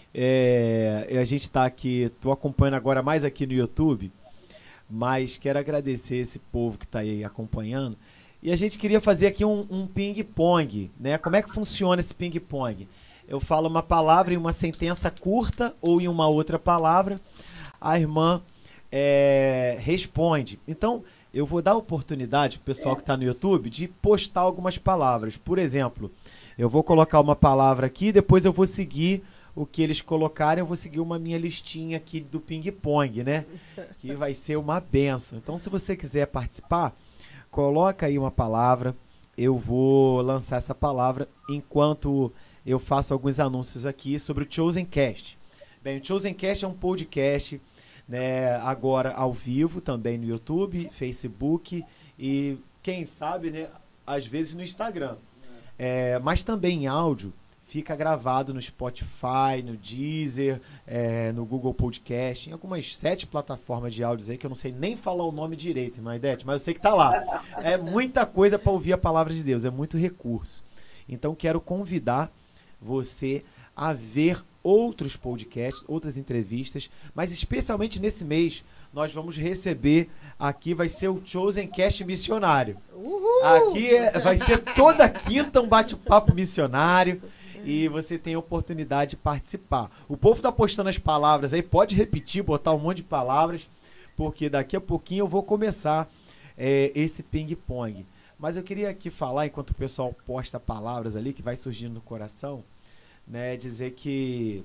é, a gente está aqui, tô acompanhando agora mais aqui no YouTube, mas quero agradecer esse povo que está aí acompanhando. E a gente queria fazer aqui um, um ping-pong, né? Como é que funciona esse ping-pong? Eu falo uma palavra em uma sentença curta ou em uma outra palavra, a irmã é, responde. Então, eu vou dar oportunidade para o pessoal que está no YouTube de postar algumas palavras. Por exemplo, eu vou colocar uma palavra aqui, depois eu vou seguir o que eles colocarem, eu vou seguir uma minha listinha aqui do ping-pong, né? Que vai ser uma benção. Então, se você quiser participar, coloca aí uma palavra, eu vou lançar essa palavra enquanto eu faço alguns anúncios aqui sobre o Chosen Cast. Bem, o Chosen Cast é um podcast, né, agora ao vivo, também no YouTube, Facebook e, quem sabe, né, às vezes no Instagram. É, mas também em áudio, fica gravado no Spotify, no Deezer, é, no Google Podcast, em algumas sete plataformas de áudios aí, que eu não sei nem falar o nome direito, irmã Aidete, mas eu sei que tá lá. É muita coisa para ouvir a palavra de Deus, é muito recurso. Então quero convidar você a ver outros podcasts, outras entrevistas, mas especialmente nesse mês, nós vamos receber, aqui vai ser o Chosen Cast missionário. Uhul! Aqui é, vai ser toda quinta um bate-papo missionário e você tem a oportunidade de participar. O povo tá postando as palavras aí, pode repetir, botar um monte de palavras, porque daqui a pouquinho eu vou começar é, esse ping-pong. Mas eu queria aqui falar, enquanto o pessoal posta palavras ali, que vai surgindo no coração, né, dizer que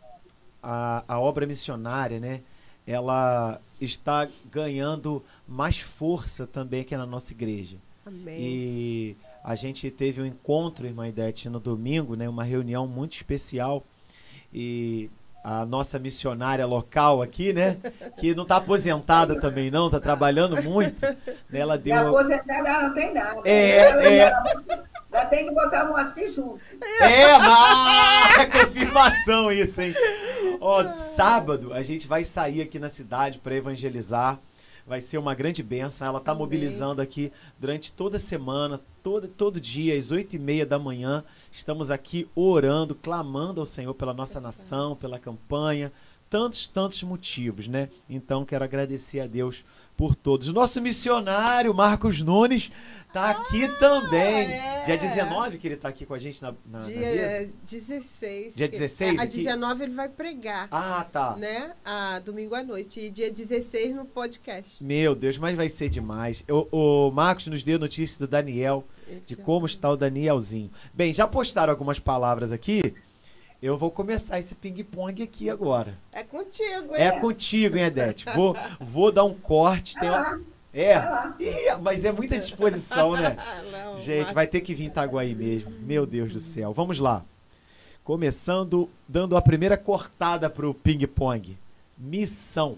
a, a obra missionária, né, ela está ganhando mais força também aqui na nossa igreja. Amém. E a gente teve um encontro, irmã Aidete, no domingo, né, uma reunião muito especial, e a nossa missionária local aqui, né, que não está aposentada também não, está trabalhando muito, né, ela deu... E aposentada ela não tem nada. É, ela, é. Ela, ela tem que botar a Moacir junto. É, mas é confirmação isso, hein? Ó, sábado a gente vai sair aqui na cidade para evangelizar. Vai ser uma grande bênção. Ela está mobilizando aqui durante toda a semana, todo, todo dia, às oito e meia da manhã. Estamos aqui orando, clamando ao Senhor pela nossa nação, pela campanha. Tantos, tantos motivos, né? Então, quero agradecer a Deus por todos. O nosso missionário, Marcos Nunes, tá aqui ah, também. É. Dia dezenove que ele está aqui com a gente na, na, Dia na mesa? dezesseis. Dia dezesseis A aqui? dezenove ele vai pregar. Ah, tá. Né? A domingo à noite. E dia dezesseis no podcast. Meu Deus, mas vai ser demais. O, o Marcos nos deu notícia do Daniel, de como está o Danielzinho. Bem, já postaram algumas palavras aqui. Eu vou começar esse ping-pong aqui agora. É contigo, É, hein? contigo, hein, Edete? Vou, vou dar um corte. Tem uma... É, Ih, mas é muita disposição, né? Não, Gente, mas- vai ter que vir Itaguaí mesmo. Meu Deus do céu. Vamos lá. Começando, dando a primeira cortada pro ping-pong. Missão.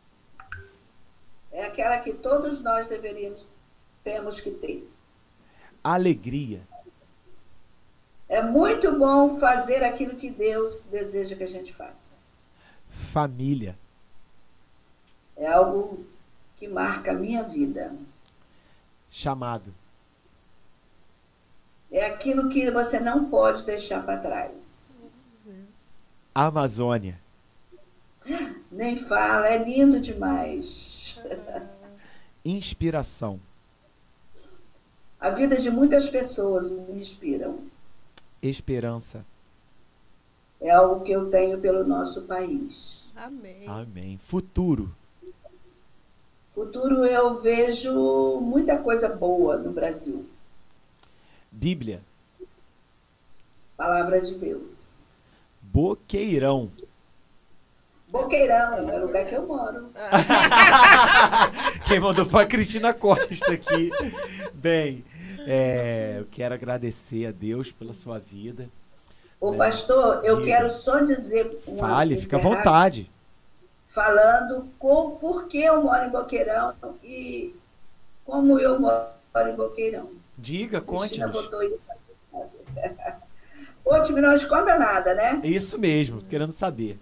É aquela que todos nós deveríamos, temos que ter. Alegria. É muito bom fazer aquilo que Deus deseja que a gente faça. Família. É algo que marca a minha vida. Chamado. É aquilo que você não pode deixar para trás. Amazônia. Nem fala, é lindo demais. Inspiração. A vida de muitas pessoas me inspiram. Esperança. É algo que eu tenho pelo nosso país. Amém. Amém. Futuro. Futuro, eu vejo muita coisa boa no Brasil. Bíblia. Palavra de Deus. Boqueirão. Boqueirão, é o lugar que eu moro. Quem mandou foi a Cristina Costa aqui. Bem, é, eu quero agradecer a Deus pela sua vida. Ô, né? pastor, eu Diga. quero só dizer... uma- Fale, fica à encerrar vontade. Falando com, por que eu moro em Boqueirão e como eu moro em Boqueirão. Diga, Cristina conte-nos. botou isso. Ô, time, não esconda nada, né? Isso mesmo, tô querendo saber.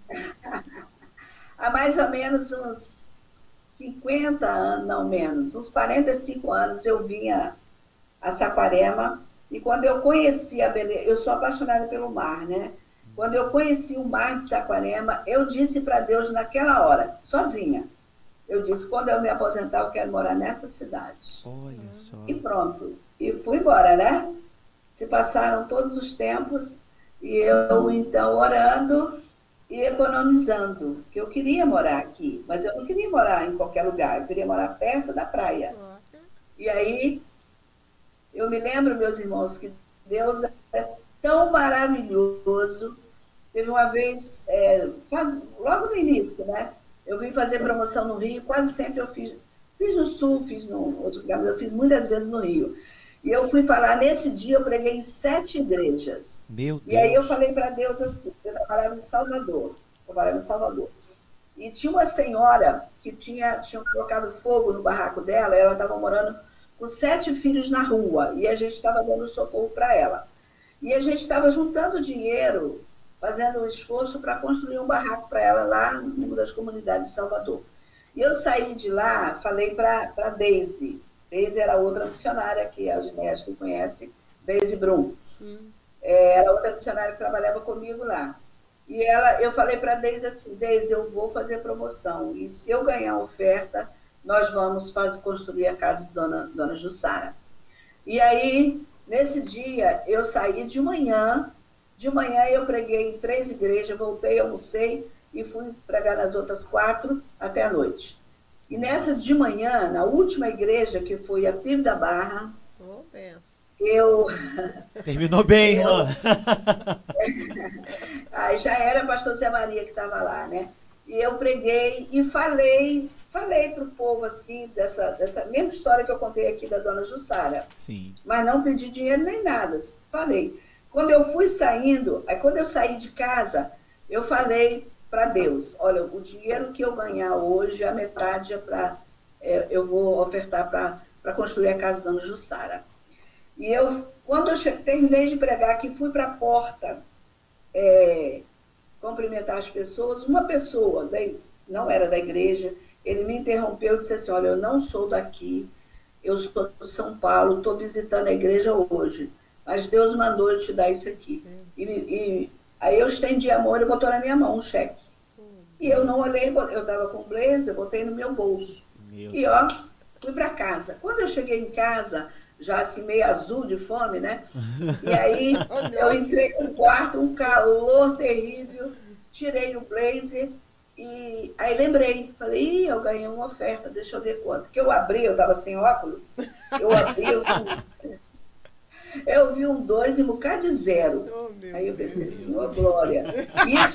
Há mais ou menos uns cinquenta anos, não menos, uns quarenta e cinco anos, eu vinha a Saquarema, e quando eu conheci a beleza, eu sou apaixonada pelo mar, né? Quando eu conheci o mar de Saquarema, eu disse para Deus naquela hora, sozinha, eu disse, quando eu me aposentar, eu quero morar nessa cidade. Olha só. E pronto, e fui embora, né? Se passaram todos os tempos, e eu, então, orando e economizando, que eu queria morar aqui, mas eu não queria morar em qualquer lugar, eu queria morar perto da praia. E aí, eu me lembro, meus irmãos, que Deus é tão maravilhoso. Teve uma vez, é, faz, logo no início, né? Eu vim fazer promoção no Rio, quase sempre eu fiz, fiz no Sul, fiz no outro lugar, mas eu fiz muitas vezes no Rio. E eu fui falar, nesse dia eu preguei em sete igrejas. Meu Deus. E aí eu falei para Deus assim, eu trabalhava em Salvador, eu trabalhava em Salvador. E tinha uma senhora que tinha, tinha colocado fogo no barraco dela, ela estava morando com sete filhos na rua, e a gente estava dando socorro para ela. E a gente estava juntando dinheiro, fazendo um esforço para construir um barraco para ela lá numa das comunidades de Salvador. E eu saí de lá, falei para a Deise. Deise era outra missionária que a Ginés que conhece, Deise Brum. Hum. É, era outra missionária que trabalhava comigo lá. E ela, eu falei para a Deise assim, Deise, eu vou fazer promoção. E se eu ganhar oferta, nós vamos fazer, construir a casa de Dona, Dona Jussara. E aí, nesse dia, eu saí de manhã, de manhã eu preguei em três igrejas, voltei, almocei e fui pregar nas outras quatro até a noite. E nessas de manhã, na última igreja, que foi a Pio da Barra, oh, eu... Terminou bem, eu... irmã. Aí já era pastor Zé Maria que estava lá, né? E eu preguei e falei, falei para o povo, assim, dessa, dessa mesma história que eu contei aqui da Dona Jussara. Sim. Mas não pedi dinheiro nem nada, falei. Quando eu fui saindo, aí quando eu saí de casa, eu falei para Deus, olha, o dinheiro que eu ganhar hoje, a metade é para, é, eu vou ofertar para construir a casa da Dona Jussara. E eu, quando eu cheguei, terminei de pregar, que fui para a porta é, cumprimentar as pessoas, uma pessoa, daí, não era da igreja, ele me interrompeu e disse assim, olha, eu não sou daqui, eu sou de São Paulo, estou visitando a igreja hoje, mas Deus mandou eu te dar isso aqui. E, e aí eu estendi a mão e botou na minha mão um cheque. E eu não olhei, eu estava com blazer, botei no meu bolso. Meu e ó, fui para casa. Quando eu cheguei em casa, já assim meio azul de fome, né? E aí eu entrei no quarto, um calor terrível, tirei o blazer e aí lembrei, falei, Ih, eu ganhei uma oferta, deixa eu ver quanto. Que eu abri, eu estava sem óculos, eu abri, eu vi, eu vi um dois e um bocado de zero. Oh, aí eu pensei assim, ô Glória, isso...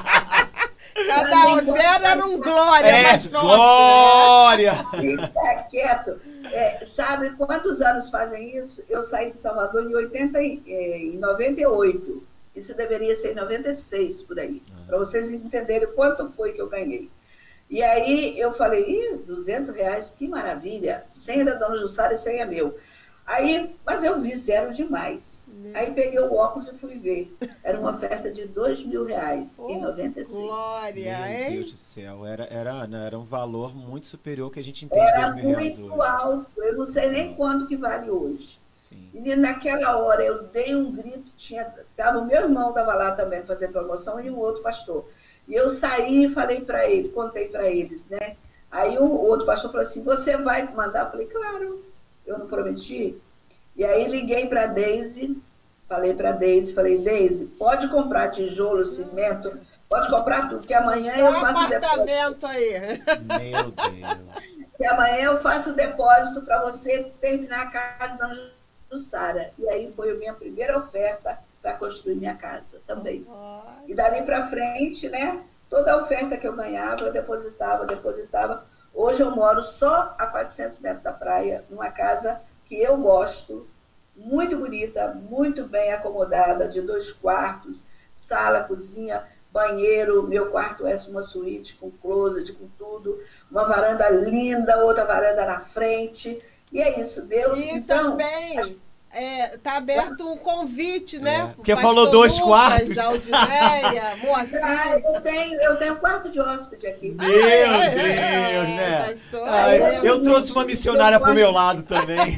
Cada um zero era um Glória. É, mas Glória! Fica quieto. É, sabe quantos anos fazem isso? Eu saí de Salvador em, oitenta, em noventa e oito. Isso deveria ser em noventa e seis, por aí. Ah. Para vocês entenderem quanto foi que eu ganhei. E aí eu falei, Ih, duzentos reais, que maravilha. cem é da Dona Jussara e cem é meu. Aí, mas eu vi zero demais. Meu. Aí peguei o óculos e fui ver. Era uma oferta de dois mil reais oh, em noventa e seis. Glória, Meu hein? Deus do céu, era, era, era um valor muito superior que a gente entende de dois mil reais hoje. Era muito alto, eu não sei nem quanto que vale hoje. Sim. E naquela hora eu dei um grito, tinha, tava, o meu irmão estava lá também fazendo promoção e um outro pastor. E eu saí e falei para ele, contei para eles, né? Aí o outro pastor falou assim, você vai mandar? Eu falei, claro. Eu não prometi. E aí liguei para a Deise, falei para a Deise, falei, Deise, pode comprar tijolo, cimento, pode comprar tudo, que amanhã eu faço o depósito. Aí. Meu Deus. Que amanhã eu faço o depósito para você terminar a casa da Jussara. E aí foi a minha primeira oferta para construir minha casa também. Oh, e dali para frente, né, toda a oferta que eu ganhava, eu depositava, depositava. Hoje eu moro só a quatrocentos metros da praia, numa casa que eu gosto, muito bonita, muito bem acomodada, de dois quartos, sala, cozinha, banheiro. Meu quarto é uma suíte com closet, com tudo, uma varanda linda, outra varanda na frente. E é isso, Deus. E então, também... É, tá aberto um convite, né? É, porque falou dois Lucas, quartos. Aldineia, Moacir. Ah, eu tenho, eu tenho quarto de hóspede aqui. Meu ai, Deus, ai, né? Pastor, ai, ai, eu trouxe uma missionária pro meu lado também.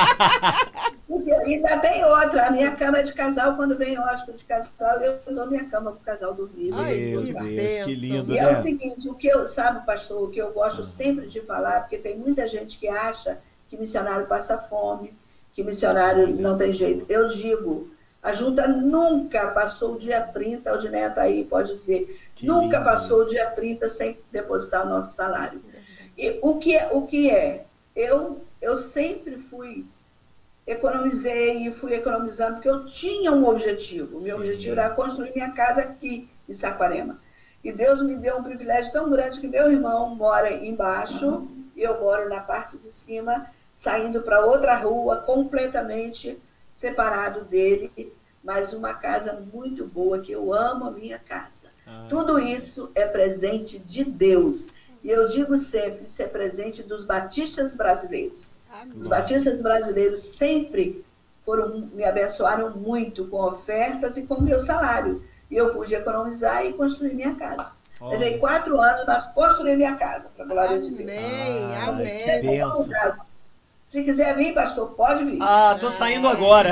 E ainda tem outra. A minha cama é de casal. Quando vem hóspede de casal, eu dou minha cama pro casal dormir. Ai, meu Deus, Deus, que lindo, e né? é o seguinte, o que eu, sabe, pastor, o que eu gosto ah. sempre de falar, porque tem muita gente que acha que missionário passa fome, que missionário Isso. não tem jeito. Eu digo, a junta nunca passou o dia trinta, o Aldineia está aí, pode dizer, que nunca passou isso. o dia trinta sem depositar o nosso salário. E o que é? O que é? Eu, eu sempre fui, economizei e fui economizando, porque eu tinha um objetivo. O meu Sim. objetivo era construir minha casa aqui, em Saquarema. E Deus me deu um privilégio tão grande que meu irmão mora embaixo, uhum. e eu moro na parte de cima, saindo para outra rua, completamente separado dele, mas uma casa muito boa, que eu amo a minha casa. Ah, Tudo isso é presente de Deus. E eu digo sempre, isso é presente dos batistas brasileiros. Amém. Os batistas brasileiros sempre foram, me abençoaram muito com ofertas e com meu salário. E eu pude economizar e construir minha casa. Oh. Levei quatro anos, mas construí minha casa, para a glória de Deus. Amém, ah, amém. Que bênção. Se quiser vir, pastor, pode vir. Ah, tô saindo agora.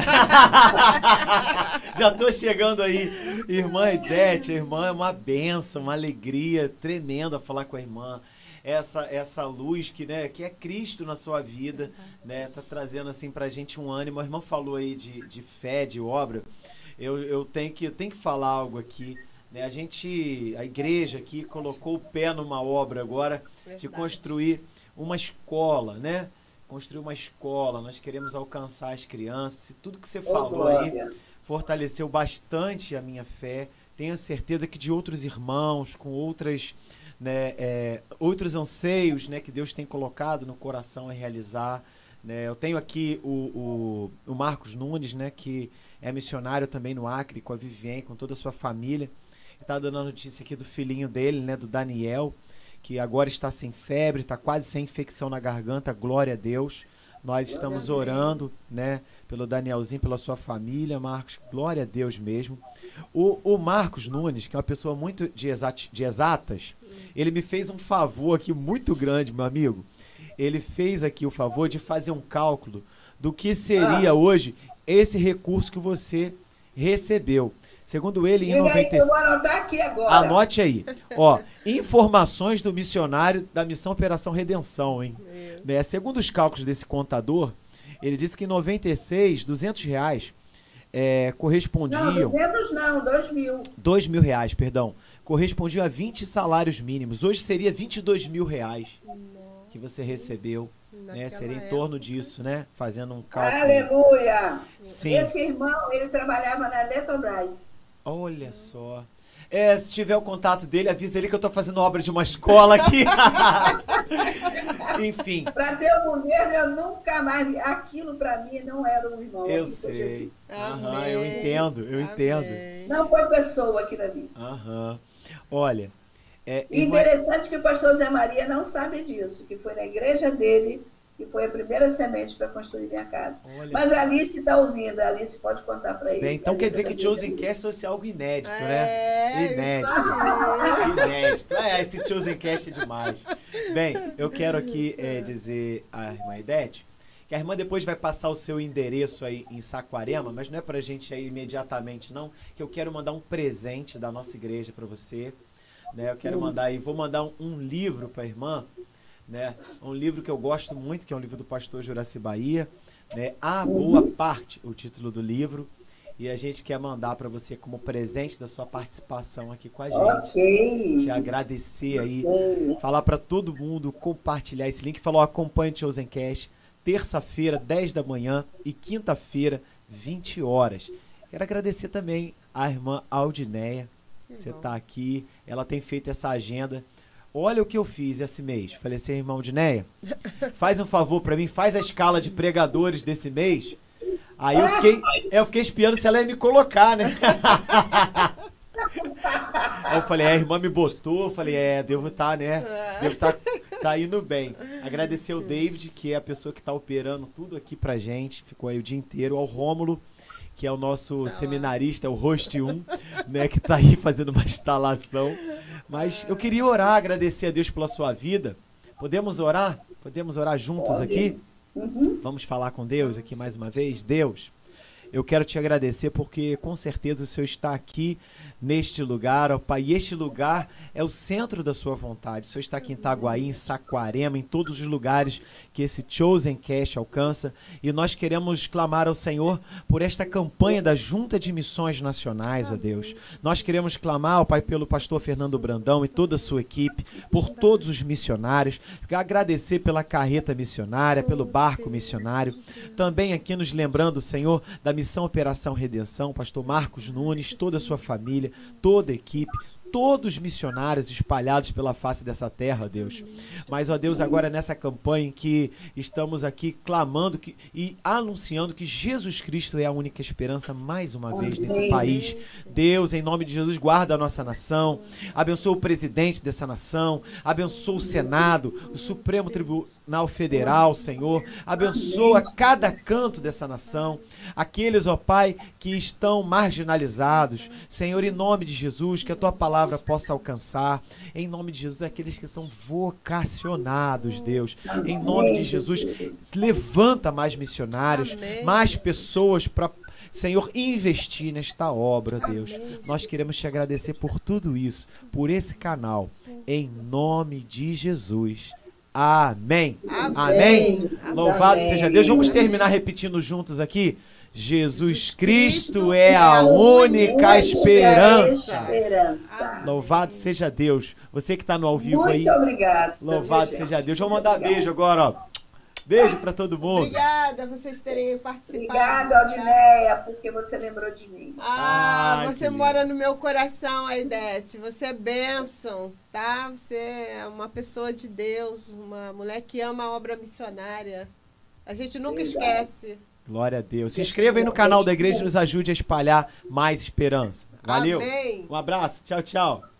Já tô chegando aí. Irmã Idete, a irmã é uma bênção, uma alegria tremenda falar com a irmã. Essa, essa luz que, né, que é Cristo na sua vida, né, tá trazendo assim pra gente um ânimo. A irmã falou aí de, de fé, de obra. Eu, eu, tenho que, eu tenho que falar algo aqui. Né? A gente, a igreja aqui colocou o pé numa obra agora Verdade. de construir uma escola, né? Construir uma escola, nós queremos alcançar as crianças. Tudo que você falou aí fortaleceu bastante a minha fé. Tenho certeza que de outros irmãos, com outras, né, é, outros anseios, né, que Deus tem colocado no coração a realizar. Né? Eu tenho aqui o, o, o Marcos Nunes, né, que é missionário também no Acre, com a Vivien, com toda a sua família. Está dando a notícia aqui do filhinho dele, né, do Daniel, que agora está sem febre, está quase sem infecção na garganta, glória a Deus. Nós estamos orando, né, pelo Danielzinho, pela sua família, Marcos, glória a Deus mesmo. O, o Marcos Nunes, que é uma pessoa muito de, exat, de exatas, ele me fez um favor aqui muito grande, meu amigo. Ele fez aqui o favor de fazer um cálculo do que seria hoje esse recurso que você recebeu. Segundo ele, em noventa e seis... Eu vou anotar aqui agora. Anote aí. Ó, informações do missionário da Missão Operação Redenção, hein? Né? Segundo os cálculos desse contador, Ele disse que em noventa e seis, duzentos reais é, correspondiam... Não, duzentos não, dois mil. dois mil reais, perdão. Correspondiam a vinte salários mínimos. Hoje seria vinte e dois mil reais que você recebeu. Né? Seria em torno disso, né? Fazendo um cálculo. Aleluia! Sim. Esse irmão, ele trabalhava na Eletrobras. Olha só. É, se tiver o contato dele, avisa ele que eu tô fazendo obra de uma escola aqui. Enfim. Para ter o governo, eu nunca mais vi. Aquilo para mim não era um irmão. Eu sei. Aham, eu entendo, eu Amém. entendo. Não foi pessoa aqui na vida. Aham. Olha. É, interessante que o pastor Zé Maria não sabe disso, que foi na igreja dele que foi a primeira semente para construir minha casa. Olha Mas assim. A Alice está ouvindo, a Alice pode contar para ele. Bem, então quer dizer que Chosen Cast fosse algo inédito, é, né? Inédito. Inédito. É, esse Chosen Cast é demais. Bem, eu quero aqui é, dizer à irmã Idete que a irmã depois vai passar o seu endereço aí em Saquarema, mas não é para a gente ir imediatamente, não, que eu quero mandar um presente da nossa igreja para você. Né, eu quero mandar aí, vou mandar um, um livro para a irmã, né, um livro que eu gosto muito, que é um livro do pastor Juraci Bahia, né, A Boa Parte, o título do livro, e a gente quer mandar para você como presente da sua participação aqui com a gente. Okay. Te agradecer aí, okay. Falar para todo mundo, compartilhar esse link, falou, acompanhe o Chosen Cast, terça-feira, dez da manhã e quinta-feira, vinte horas. Quero agradecer também a irmã Aldineia. Você está aqui, ela tem feito essa agenda. Olha o que eu fiz esse mês. Falei assim, irmão Aldineia, faz um favor para mim, faz a escala de pregadores desse mês. Aí eu fiquei, eu fiquei espiando se ela ia me colocar, né? Aí eu falei, é, a irmã me botou. Eu falei, é, devo estar, né? Devo estar tá indo bem. Agradecer ao David, que é a pessoa que está operando tudo aqui pra gente. Ficou aí o dia inteiro. Ao Rômulo, que é o nosso seminarista, o host um, né, que está aí fazendo uma instalação. Mas eu queria orar, agradecer a Deus pela sua vida. Podemos orar? Podemos orar juntos aqui? Vamos falar com Deus aqui mais uma vez? Deus, eu quero te agradecer porque com certeza o Senhor está aqui neste lugar, ó Pai, e este lugar é o centro da sua vontade. O Senhor está aqui em Itaguaí, em Saquarema, em todos os lugares que esse Chosen Cast alcança, e nós queremos clamar ao Senhor por esta campanha da Junta de Missões Nacionais, ó Deus. Nós queremos clamar, ó Pai, pelo pastor Fernando Brandão e toda a sua equipe, por todos os missionários, agradecer pela carreta missionária, pelo barco missionário, também aqui nos lembrando, Senhor, da missão Operação Redenção, pastor Marcos Nunes, toda a sua família, toda a equipe, todos os missionários espalhados pela face dessa terra, Deus. Mas, ó Deus, agora nessa campanha em que estamos aqui clamando que, e anunciando que Jesus Cristo é a única esperança mais uma vez nesse país. Deus, em nome de Jesus, guarda a nossa nação, abençoa o presidente dessa nação, abençoa o Senado, o Supremo Tribunal Federal, Senhor, abençoa cada canto dessa nação, aqueles, ó Pai, que estão marginalizados, Senhor, em nome de Jesus, que a Tua palavra possa alcançar, em nome de Jesus, aqueles que são vocacionados, Deus, em nome de Jesus, levanta mais missionários, Amém. Mais pessoas para, Senhor, investir nesta obra, Deus. Amém. Nós queremos te agradecer por tudo isso, por esse canal, em nome de Jesus. Amém. Amém. Amém. Louvado Amém. Seja Deus. Vamos terminar repetindo juntos aqui. Jesus Cristo é a única esperança. Louvado seja Deus. Você que está no ao vivo aí. Muito obrigado. Louvado seja Deus. Vamos mandar beijo agora, ó. Beijo para todo mundo. Obrigada por vocês terem participado. Obrigada, Aldineia, porque você lembrou de mim. Ah, ah você mora no meu coração, Aidete. Você é bênção, tá? Você é uma pessoa de Deus, uma mulher que ama a obra missionária. A gente nunca Obrigada. Esquece. Glória a Deus. Se inscreva aí no canal da igreja e nos ajude a espalhar mais esperança. Valeu. Amém. Um abraço. Tchau, tchau.